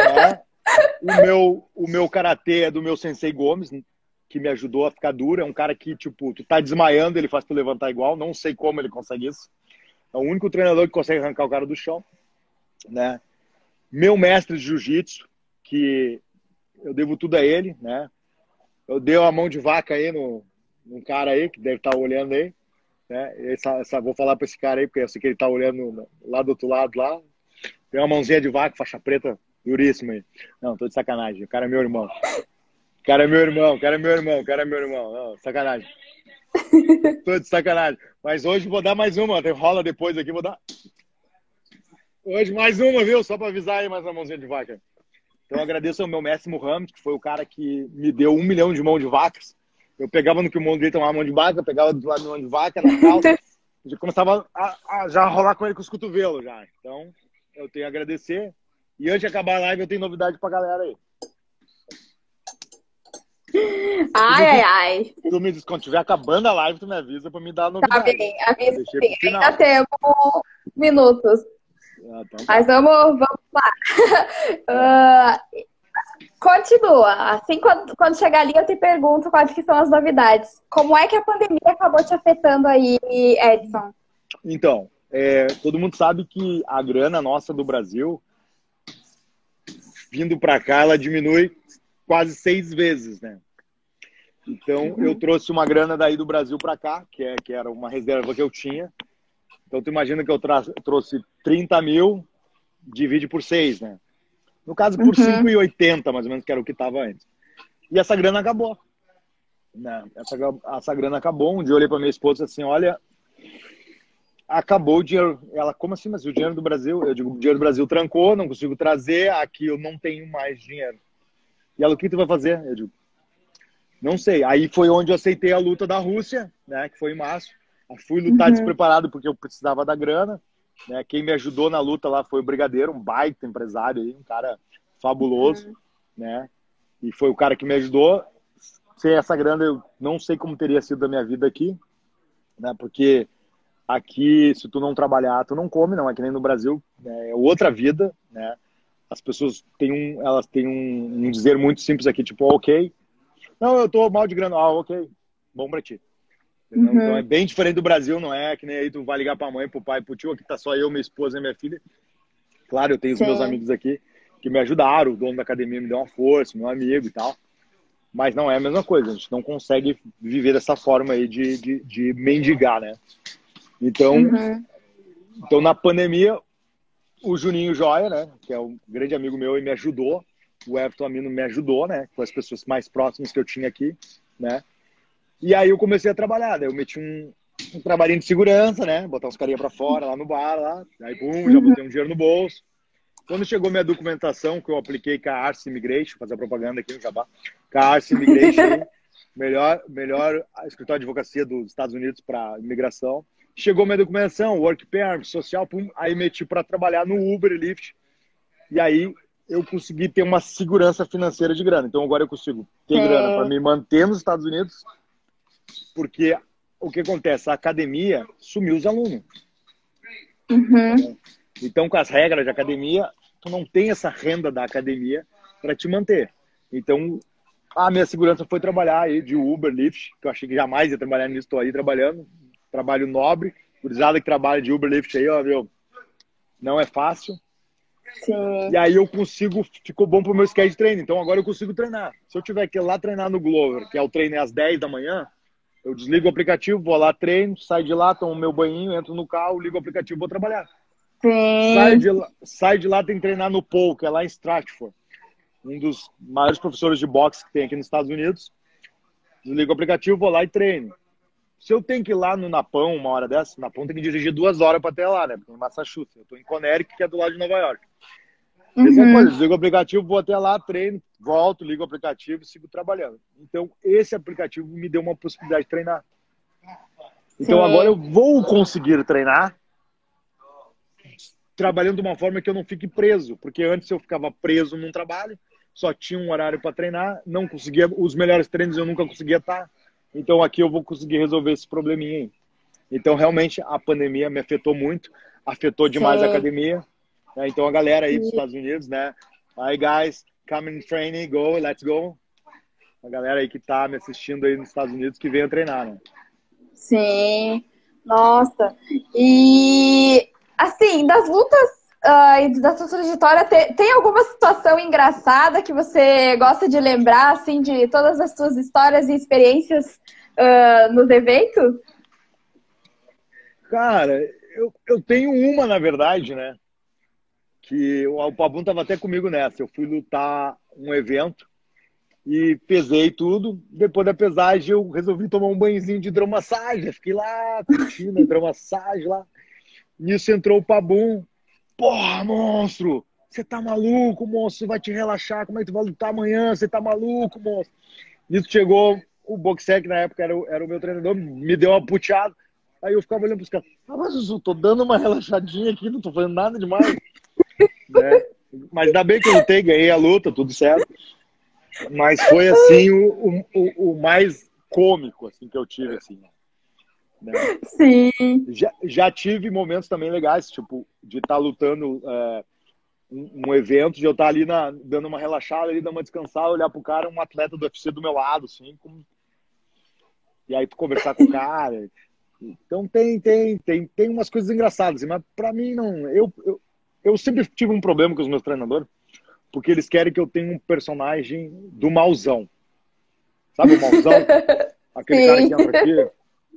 O meu karatê é do meu sensei Gomes, que me ajudou a ficar duro. É um cara que, tipo, tu tá desmaiando, ele faz tu levantar igual. Não sei como ele consegue isso. É o único treinador que consegue arrancar o cara do chão, né? Meu mestre de jiu-jitsu, que eu devo tudo a ele, né? Eu dei uma mão de vaca aí num cara aí, que deve estar olhando aí, né? Vou falar pra esse cara aí, porque eu sei que ele tá olhando lá do outro lado, lá. Tem uma mãozinha de vaca, faixa preta, duríssima aí. Não, tô de sacanagem. O cara é meu irmão. O cara é meu irmão. Não, sacanagem. Tô de sacanagem. Mas hoje vou dar mais uma. Tem rola depois aqui, vou dar. Hoje mais uma, viu? Só pra avisar aí mais uma mãozinha de vaca. Então eu agradeço ao meu mestre Muhammad, que foi o cara que me deu 1 milhão de mão de vacas. Eu pegava no que o mundo dele tomava mão de vaca, pegava do lado de mão de vaca, na calça. Já começava a já rolar com ele com os cotovelos já. Então, eu tenho a agradecer. E antes de acabar a live, eu tenho novidade pra galera aí. Ai. Tu me diz, quando estiver acabando a live, tu me avisa pra me dar a novidade. Tá bem, avisa sim. Ainda temos minutos. Então tá. Mas vamos lá. Continua. Assim, quando chegar ali, eu te pergunto quais que são as novidades. Como é que a pandemia acabou te afetando aí, Edson? Então, todo mundo sabe que a grana nossa do Brasil, vindo para cá, ela diminui quase 6 vezes, né? Então, eu trouxe uma grana daí do Brasil para cá, que era uma reserva que eu tinha. Então, tu imagina que eu trouxe 30 mil, divide por 6, né? No caso, por 5,80, mais ou menos, que era o que estava antes. E essa grana acabou. Né? Essa grana acabou. Um dia eu olhei para minha esposa assim, olha, acabou o dinheiro. Ela, como assim? Mas o dinheiro do Brasil? Eu digo, o dinheiro do Brasil trancou, não consigo trazer, aqui eu não tenho mais dinheiro. E ela, o que tu vai fazer? Eu digo, não sei. Aí foi onde eu aceitei a luta da Rússia, né? Que foi em março. Eu fui lutar despreparado porque eu precisava da grana. Né? Quem me ajudou na luta lá foi o Brigadeiro, um baita empresário aí, um cara fabuloso, né? E foi o cara que me ajudou. Sem essa grana, eu não sei como teria sido a minha vida aqui, né? Porque aqui, se tu não trabalhar, tu não come, não é que nem no Brasil, né? É outra vida, né? As pessoas elas têm um dizer muito simples aqui, tipo, ok, não, eu tô mal de grana, ok, bom pra ti. Então é bem diferente do Brasil, não é que nem aí tu vai ligar pra mãe, pro pai, pro tio, aqui tá só eu, minha esposa e minha filha. Claro, eu tenho os meus amigos aqui que me ajudaram, o dono da academia me deu uma força, meu amigo e tal. Mas não é a mesma coisa, a gente não consegue viver dessa forma aí de mendigar, né? Então, então, na pandemia, o Juninho Joia, né, que é um grande amigo meu e me ajudou, o Everton Amino me ajudou, né, com as pessoas mais próximas que eu tinha aqui, né? E aí eu comecei a trabalhar, daí eu meti um trabalhinho de segurança, né, botar uns carinha pra fora, lá no bar, lá, aí pum, já botei um dinheiro no bolso. Quando chegou minha documentação, que eu apliquei com a Arce Immigration, fazer a propaganda aqui no Jabá, com a Arce Immigration, melhor escritório de advocacia dos Estados Unidos para imigração. Chegou minha documentação, work permit, social, pum, aí meti para trabalhar no Uber e Lyft. E aí eu consegui ter uma segurança financeira de grana. Então agora eu consigo ter grana para me manter nos Estados Unidos, porque o que acontece? A academia sumiu os alunos. Uhum. Então, com as regras de academia, tu não tem essa renda da academia para te manter. Então, a minha segurança foi trabalhar aí de Uber, Lyft, que eu achei que jamais ia trabalhar nisso, estou aí trabalhando. Trabalho nobre. Gurizada que trabalha de Uber, Lyft aí, ó, meu, não é fácil. Sim. E aí eu consigo, ficou bom pro meu skate treino. Então agora eu consigo treinar. Se eu tiver que ir lá treinar no Glover, que é o treino às 10 da manhã, eu desligo o aplicativo, vou lá, treino, saio de lá, tomo meu banho, entro no carro, ligo o aplicativo, vou trabalhar. Sim. Sai de lá, tem que treinar no Paul, que é lá em Stratford. Um dos maiores professores de boxe que tem aqui nos Estados Unidos. Desligo o aplicativo, vou lá e treino. Se eu tenho que ir lá no Napão, uma hora dessa, Napão tem que dirigir 2 horas para até lá, né? Porque em Massachusetts. Eu tô em Connecticut, que é do lado de Nova York. Mesma coisa, desligo o aplicativo, vou até lá, treino, volto, ligo o aplicativo e sigo trabalhando. Então, esse aplicativo me deu uma possibilidade de treinar. Então, agora eu vou conseguir treinar trabalhando de uma forma que eu não fique preso. Porque antes eu ficava preso num trabalho, só tinha um horário para treinar, não conseguia, os melhores treinos eu nunca conseguia estar. Então, aqui eu vou conseguir resolver esse probleminha aí. Então, realmente, a pandemia me afetou muito, afetou demais a academia. Então, a galera aí dos Estados Unidos, né? Hi, guys, come in training, go, let's go. A galera aí que tá me assistindo aí nos Estados Unidos que veio treinar, né? Sim. Nossa. E, assim, das lutas e da sua trajetória, tem alguma situação engraçada que você gosta de lembrar, assim, de todas as suas histórias e experiências nos eventos? Cara, eu tenho uma, na verdade, né? Que o Pabum tava até comigo nessa. Eu fui lutar um evento e pesei tudo. Depois da pesagem, eu resolvi tomar um banhozinho de hidromassagem. Fiquei lá curtindo a hidromassagem lá. Nisso entrou o Pabum. Porra, monstro! Você tá maluco, monstro? Você vai te relaxar? Como é que tu vai lutar amanhã? Você tá maluco, monstro? Nisso chegou o Boxer, que na época era o meu treinador, me deu uma puteada. Aí eu ficava olhando pros caras. Ah, mas eu tô dando uma relaxadinha aqui, não tô fazendo nada demais. Né? Mas ainda bem que eu lutei, ganhei a luta, tudo certo. Mas foi assim o mais cômico assim, que eu tive. Assim, né? Sim. Já tive momentos também legais, tipo, de estar lutando um evento, de eu estar ali dando uma relaxada, ali, dando uma descansada, olhar pro cara, um atleta do UFC do meu lado, assim, e aí tu conversar com o cara. Então tem umas coisas engraçadas, assim, mas pra mim não. Eu sempre tive um problema com os meus treinadores, porque eles querem que eu tenha um personagem do mauzão. Sabe o mauzão? Aquele cara que entra aqui,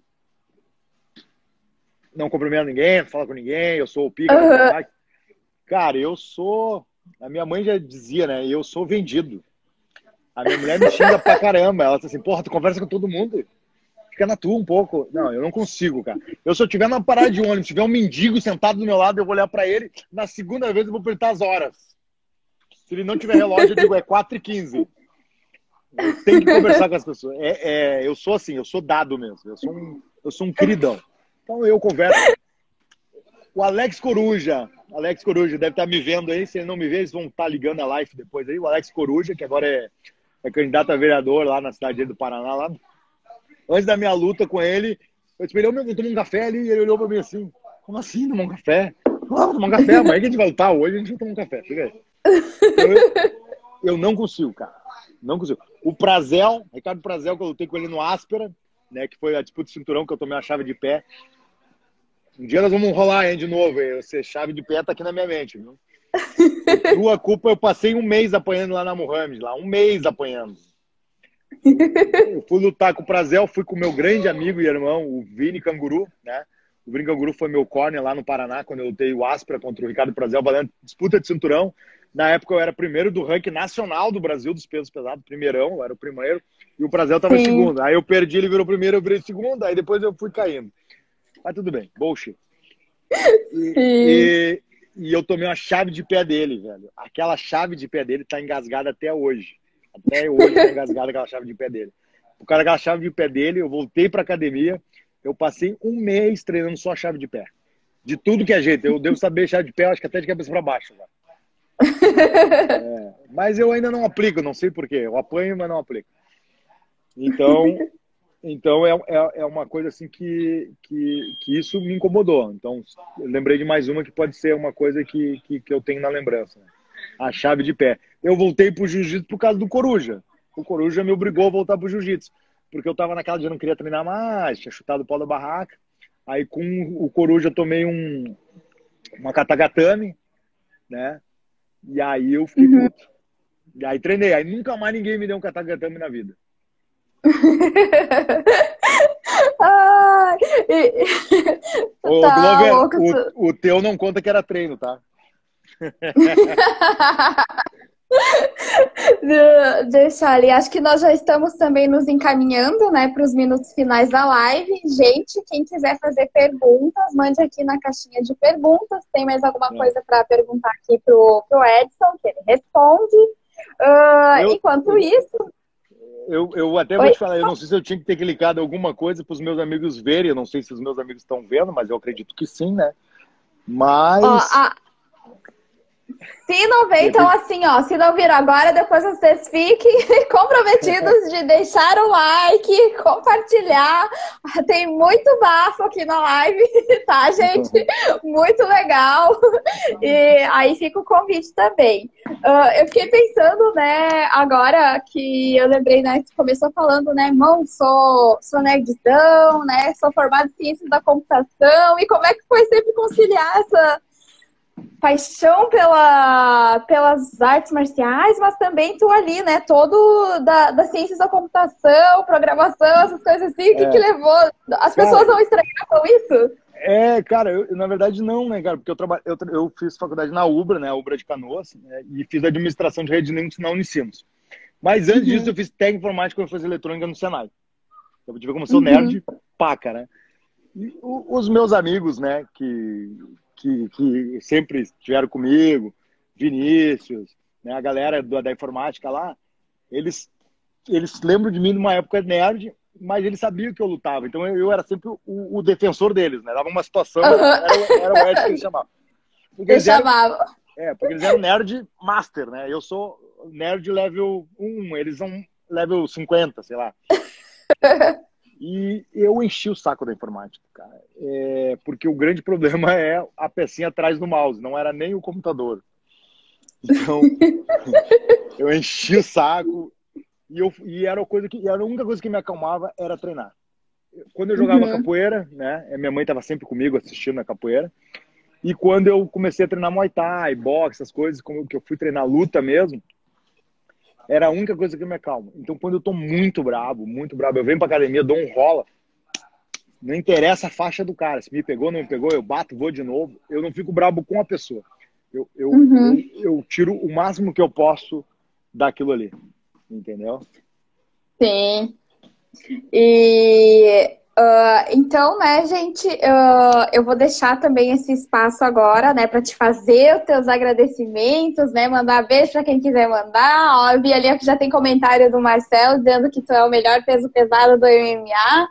não cumprimenta ninguém, não fala com ninguém, eu sou o pica. Cara, eu sou... A minha mãe já dizia, né? Eu sou vendido. A minha mulher me xinga pra caramba. Ela diz assim, porra, tu conversa com todo mundo. Fica na tua um pouco. Não, eu não consigo, cara. Se eu estiver na parada de ônibus, tiver um mendigo sentado do meu lado, eu vou olhar pra ele. Na segunda vez eu vou perguntar as horas. Se ele não tiver relógio, eu digo, é 4h15. Eu tenho que conversar com as pessoas. Eu sou assim, eu sou dado mesmo. Eu sou um queridão. Então eu converso. O Alex Coruja deve estar me vendo aí. Se ele não me vê, eles vão estar ligando a live depois aí. O Alex Coruja, que agora é candidato a vereador lá na cidade do Paraná. Lá. Antes da minha luta com ele, eu disse, vou tomar um café ali. E ele olhou pra mim assim, como assim tomar um café? Vamos tomar um café, amanhã que a gente vai lutar hoje, a gente vai tomar um café. Fica aí. Eu não consigo, cara. Não consigo. O Prazel, Ricardo Prazel, que eu lutei com ele no Áspera, né, que foi a disputa de cinturão, que eu tomei uma chave de pé. Um dia nós vamos rolar, hein, de novo. Essa chave de pé tá aqui na minha mente, viu? Por tua culpa, eu passei um mês apanhando lá na Muhammad, lá. Um mês apanhando. Eu fui lutar com o Prazel, fui com o meu grande amigo e irmão, o Vini Canguru, né? O Vini Canguru foi meu corner lá no Paraná, quando eu lutei o Áspera contra o Ricardo Prazel, valendo disputa de cinturão. Na época eu era primeiro do ranking nacional do Brasil, dos pesos pesados, primeirão, eu era o primeiro, e o Prazel tava em segundo. Aí eu perdi, ele virou primeiro, eu virei segundo, aí depois eu fui caindo. Mas tudo bem, bullshit. E eu tomei uma chave de pé dele, velho. Aquela chave de pé dele tá engasgada até hoje. Até hoje tá engasgada aquela chave de pé dele. Por causa daquela chave de pé dele, eu voltei pra academia, eu passei um mês treinando só a chave de pé. De tudo que é jeito. Eu devo saber chave de pé, acho que até de cabeça pra baixo. Velho. Mas eu ainda não aplico, não sei por quê. Eu apanho, mas não aplico. Então é uma coisa assim que isso me incomodou. Então, eu lembrei de mais uma que pode ser uma coisa que eu tenho na lembrança. Né? A chave de pé. Eu voltei pro jiu-jitsu por causa do Coruja. O Coruja me obrigou a voltar pro jiu-jitsu. Porque eu tava naquela dia, eu não queria treinar mais, tinha chutado o pau da barraca. Aí com o Coruja eu tomei uma katagatame, né? E aí eu fiquei puto. E aí treinei. Aí nunca mais ninguém me deu um katagatame na vida. Ai, Ô, tá Glover, louco. o teu não conta que era treino, tá? Deixa ali. Acho que nós já estamos também nos encaminhando, né, para os minutos finais da live. Gente, quem quiser fazer perguntas, mande aqui na caixinha de perguntas. Tem mais alguma coisa para perguntar aqui pro Edson, que ele responde. Enquanto isso. Eu até vou te falar, eu não sei se eu tinha que ter clicado alguma coisa para os meus amigos verem. Eu não sei se os meus amigos estão vendo, mas eu acredito que sim, né? Mas. Se não vê, então assim, ó, se não viram agora, depois vocês fiquem comprometidos de deixar o like, compartilhar. Tem muito bafo aqui na live, tá, gente? Muito legal. E aí fica o convite também. Eu fiquei pensando, né, agora que eu lembrei, né, que começou falando, né, irmão, sou nerdzão, né, sou formado em ciências da computação, e como é que foi sempre conciliar essa paixão pelas artes marciais, mas também tu ali, né? Todo das ciências da computação, programação, essas coisas assim. O que levou? As pessoas não estranhavam isso? Cara, eu, na verdade não, né, cara? Porque eu fiz faculdade na UBRA, né? UBRA de Canoas, né, e fiz administração de rede de Linux na Unicinos. Mas antes disso, eu fiz técnica informática e fiz eletrônica no Senai. Eu tive como sou nerd, paca, né? E os meus amigos, né, que sempre estiveram comigo, Vinícius, né, a galera da informática lá, eles lembram de mim numa época nerd, mas eles sabiam que eu lutava. Então eu era sempre o defensor deles, né? Dava uma situação, era o Ed que eles chamavam. Porque eles eram nerd master, né? Eu sou nerd level 1, eles são level 50, sei lá. E eu enchi o saco da informática, cara. Porque o grande problema é a pecinha atrás do mouse, não era nem o computador. Então, eu enchi o saco e era a única coisa que me acalmava era treinar. Quando eu jogava capoeira, né? Minha mãe estava sempre comigo assistindo a capoeira. E quando eu comecei a treinar Muay Thai, boxe, essas coisas, como que eu fui treinar luta mesmo, era a única coisa que me acalma. Então, quando eu tô muito brabo, eu venho pra academia, dou um rola, não interessa a faixa do cara. Se me pegou, não me pegou, eu bato, vou de novo. Eu não fico brabo com a pessoa. Eu tiro o máximo que eu posso daquilo ali. Entendeu? Sim. E então, né, gente, eu vou deixar também esse espaço agora, né, para te fazer os teus agradecimentos, né, mandar beijo para quem quiser mandar. Ó, eu vi ali que já tem comentário do Marcelo dizendo que tu é o melhor peso pesado do MMA.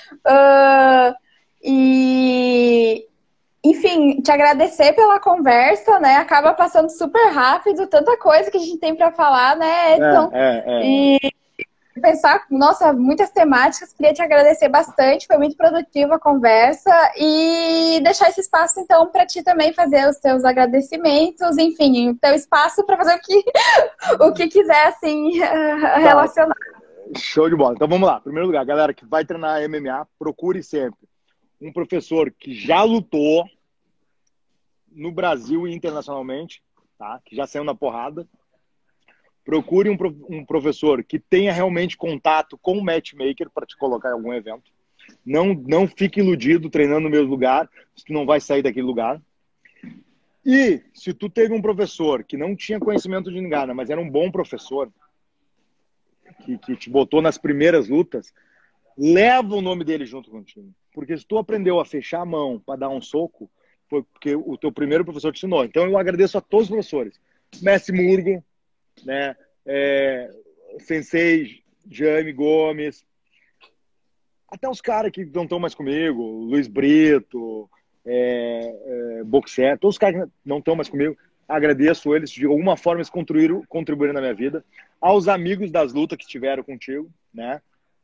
Enfim, te agradecer pela conversa, né? Acaba passando super rápido, tanta coisa que a gente tem para falar, né, Edson? E pensar, nossa, muitas temáticas, queria te agradecer bastante, foi muito produtiva a conversa e deixar esse espaço, então, para ti também fazer os teus agradecimentos, enfim, o teu espaço para fazer o que quiser, assim, relacionar. Show de bola. Então, vamos lá. Em primeiro lugar, galera que vai treinar MMA, procure sempre um professor que já lutou no Brasil e internacionalmente, tá? Que já saiu na porrada. Procure um professor que tenha realmente contato com o matchmaker para te colocar em algum evento. Não fique iludido treinando no mesmo lugar, se tu não vai sair daquele lugar. E se tu teve um professor que não tinha conhecimento de ninguém, mas era um bom professor, que te botou nas primeiras lutas, leva o nome dele junto contigo. Porque se tu aprendeu a fechar a mão para dar um soco, foi porque o teu primeiro professor te ensinou. Então eu agradeço a todos os professores. Mestre Murgo, né? Sensei Jaime Gomes, até os caras que não estão mais comigo, Luiz Brito, Boxer, todos os caras que não estão mais comigo, agradeço eles, de alguma forma eles contribuíram na minha vida. Aos amigos das lutas que tiveram contigo, né?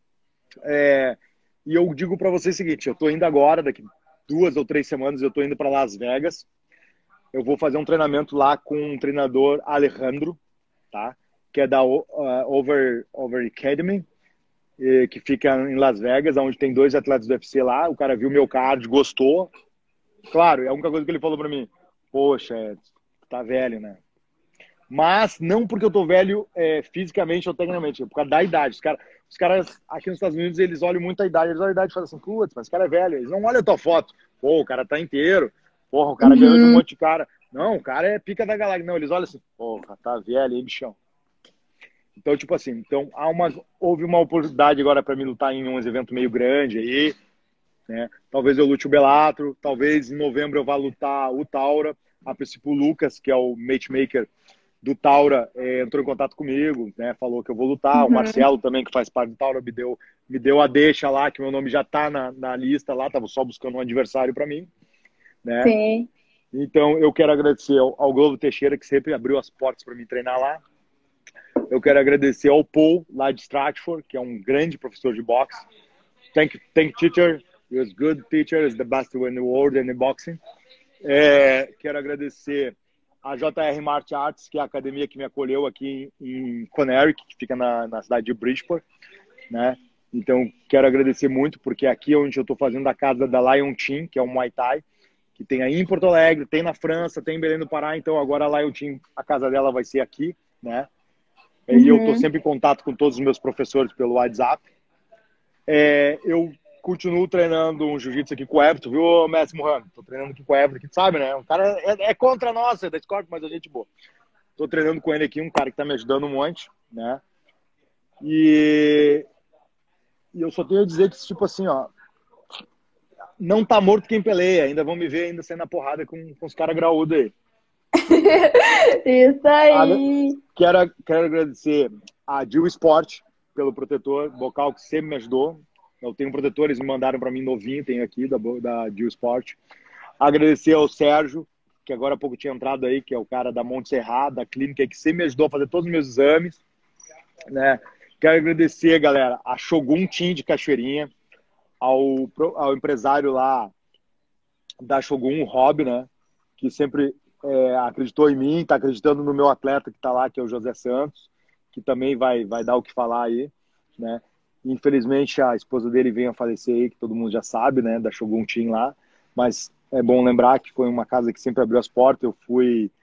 E eu digo para você o seguinte, eu tô indo agora, daqui 2 ou 3 semanas, eu tô indo para Las Vegas. Eu vou fazer um treinamento lá com um treinador Alejandro, tá? Que é da Over Academy, que fica em Las Vegas, onde tem 2 atletas do UFC lá. O cara viu meu card, gostou. Claro, é a única coisa que ele falou para mim. Poxa, tá velho, né? Mas não porque eu tô velho fisicamente ou tecnicamente, é por causa da idade. Os caras aqui nos Estados Unidos, eles olham muito a idade. Eles olham a idade e falam assim, putz, mas esse cara é velho. Eles não olham a tua foto. Pô, o cara tá inteiro. Porra, o cara ganhou de um monte de cara. Não, o cara é pica da galáxia. Não, eles olham assim, porra, tá velho, hein, bichão. Então, tipo assim, houve uma oportunidade agora para mim lutar em um evento meio grande aí, né? Talvez eu lute o Bellator, talvez em novembro eu vá lutar o Taura. A princípio o Lucas, que é o matchmaker do Taura, entrou em contato comigo, né? Falou que eu vou lutar. O Marcelo também, que faz parte do Taura, me deu a deixa lá, que meu nome já tá na lista lá, tava só buscando um adversário para mim, né? Sim. Então eu quero agradecer ao Globo Teixeira, que sempre abriu as portas para mim treinar lá. Eu quero agradecer ao Paul, lá de Stratford, que é um grande professor de boxe. Thank you, teacher. He was good teacher. He's the best in the world in boxing. Quero agradecer a JR Martial Arts, que é a academia que me acolheu aqui em Connecticut, que fica na cidade de Bridgeport, né? Então, quero agradecer muito, porque aqui é onde eu estou fazendo a casa da Lion Team, que é um Muay Thai, que tem aí em Porto Alegre, tem na França, tem em Belém do Pará. Então, agora a Lion Team, a casa dela vai ser aqui, né? E eu estou sempre em contato com todos os meus professores pelo WhatsApp. Eu continuo treinando um jiu-jitsu aqui com o Everton, viu, Mestre Mohamed? Estou treinando aqui com o Everton, que sabe, né? O cara é contra nós, é da Scorpio, mas a gente boa. Estou treinando com ele aqui, um cara que está me ajudando um monte, né? E eu só tenho a dizer que, tipo assim, ó, não tá morto quem peleia, ainda vão me ver ainda saindo na porrada com os caras graúdos aí. Isso aí. Quero agradecer a Jill Sport pelo protetor bocal, que sempre me ajudou. Eu tenho um protetor, eles me mandaram para mim novinho, tenho aqui da Jill Sport. Agradecer ao Sérgio, que agora há pouco tinha entrado aí, que é o cara da Monte Serrado, da clínica, que sempre me ajudou a fazer todos os meus exames, né? Quero agradecer, galera, a Shogun Team de Cachoeirinha, ao empresário lá da Shogun, o Rob, né? Que sempre acreditou em mim, está acreditando no meu atleta que está lá, que é o José Santos, que também vai dar o que falar aí, né? Infelizmente a esposa dele veio a falecer aí, que todo mundo já sabe, né? Da Shogun Team lá, mas é bom lembrar que foi uma casa que sempre abriu as portas. Eu fui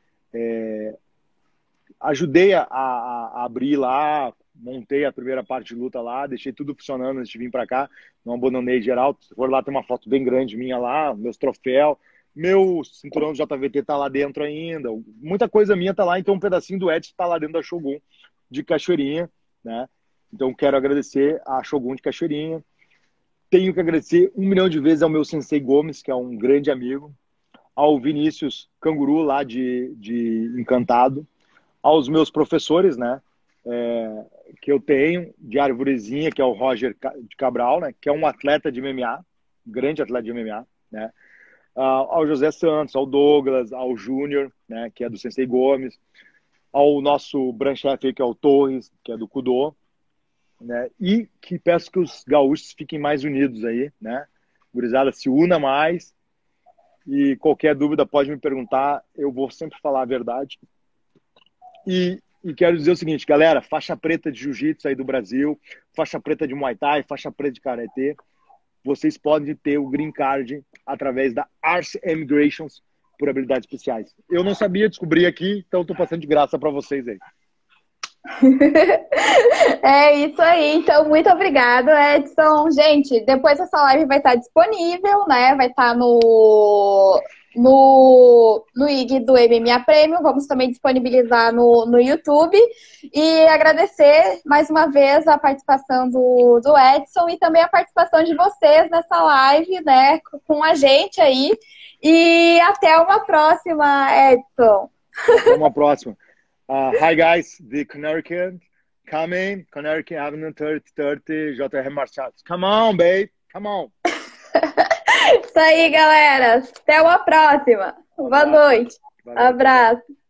ajudei a abrir lá, montei a primeira parte de luta lá, deixei tudo funcionando antes de vir para cá, não abandonei geral. Se for lá, tem uma foto bem grande minha lá, meus troféus, meu cinturão do JVT tá lá dentro ainda, muita coisa minha tá lá, então um pedacinho do Edson tá lá dentro da Shogun de Cachoeirinha, né? Então quero agradecer a Shogun de Cachoeirinha. Tenho que agradecer 1 milhão de vezes ao meu Sensei Gomes, que é um grande amigo, ao Vinícius Canguru lá de Encantado, aos meus professores, né? Que eu tenho, de Arvorezinha, que é o Roger de Cabral, né? Que é um atleta de MMA, um grande atleta de MMA, né? Ao José Santos, ao Douglas, ao Júnior, né? Que é do Sensei Gomes, ao nosso branchefe, que é o Torres, que é do Kudô, né? E que peço que os gaúchos fiquem mais unidos aí, né? Gurizada, se una mais, e qualquer dúvida pode me perguntar, eu vou sempre falar a verdade. E quero dizer o seguinte, galera, faixa preta de jiu-jitsu aí do Brasil, faixa preta de Muay Thai, faixa preta de Karatê, vocês podem ter o Green Card através da Arce Immigrations por habilidades especiais. Eu não sabia, descobri aqui, então estou passando de graça para vocês aí. É isso aí, então muito obrigado, Edson. Gente, depois essa live vai estar disponível, né? Vai estar no IG do MMA Premium. Vamos também disponibilizar no YouTube. E agradecer mais uma vez a participação do Edson e também a participação de vocês nessa live, né? Com a gente aí. E até uma próxima, Edson. Até uma próxima. Hi guys, the Connecticut coming, Connecticut Avenue 3030, JR Martial Arts. Come on, babe, come on. Isso aí, galera. Até uma próxima. Boa noite. Valeu. Abraço.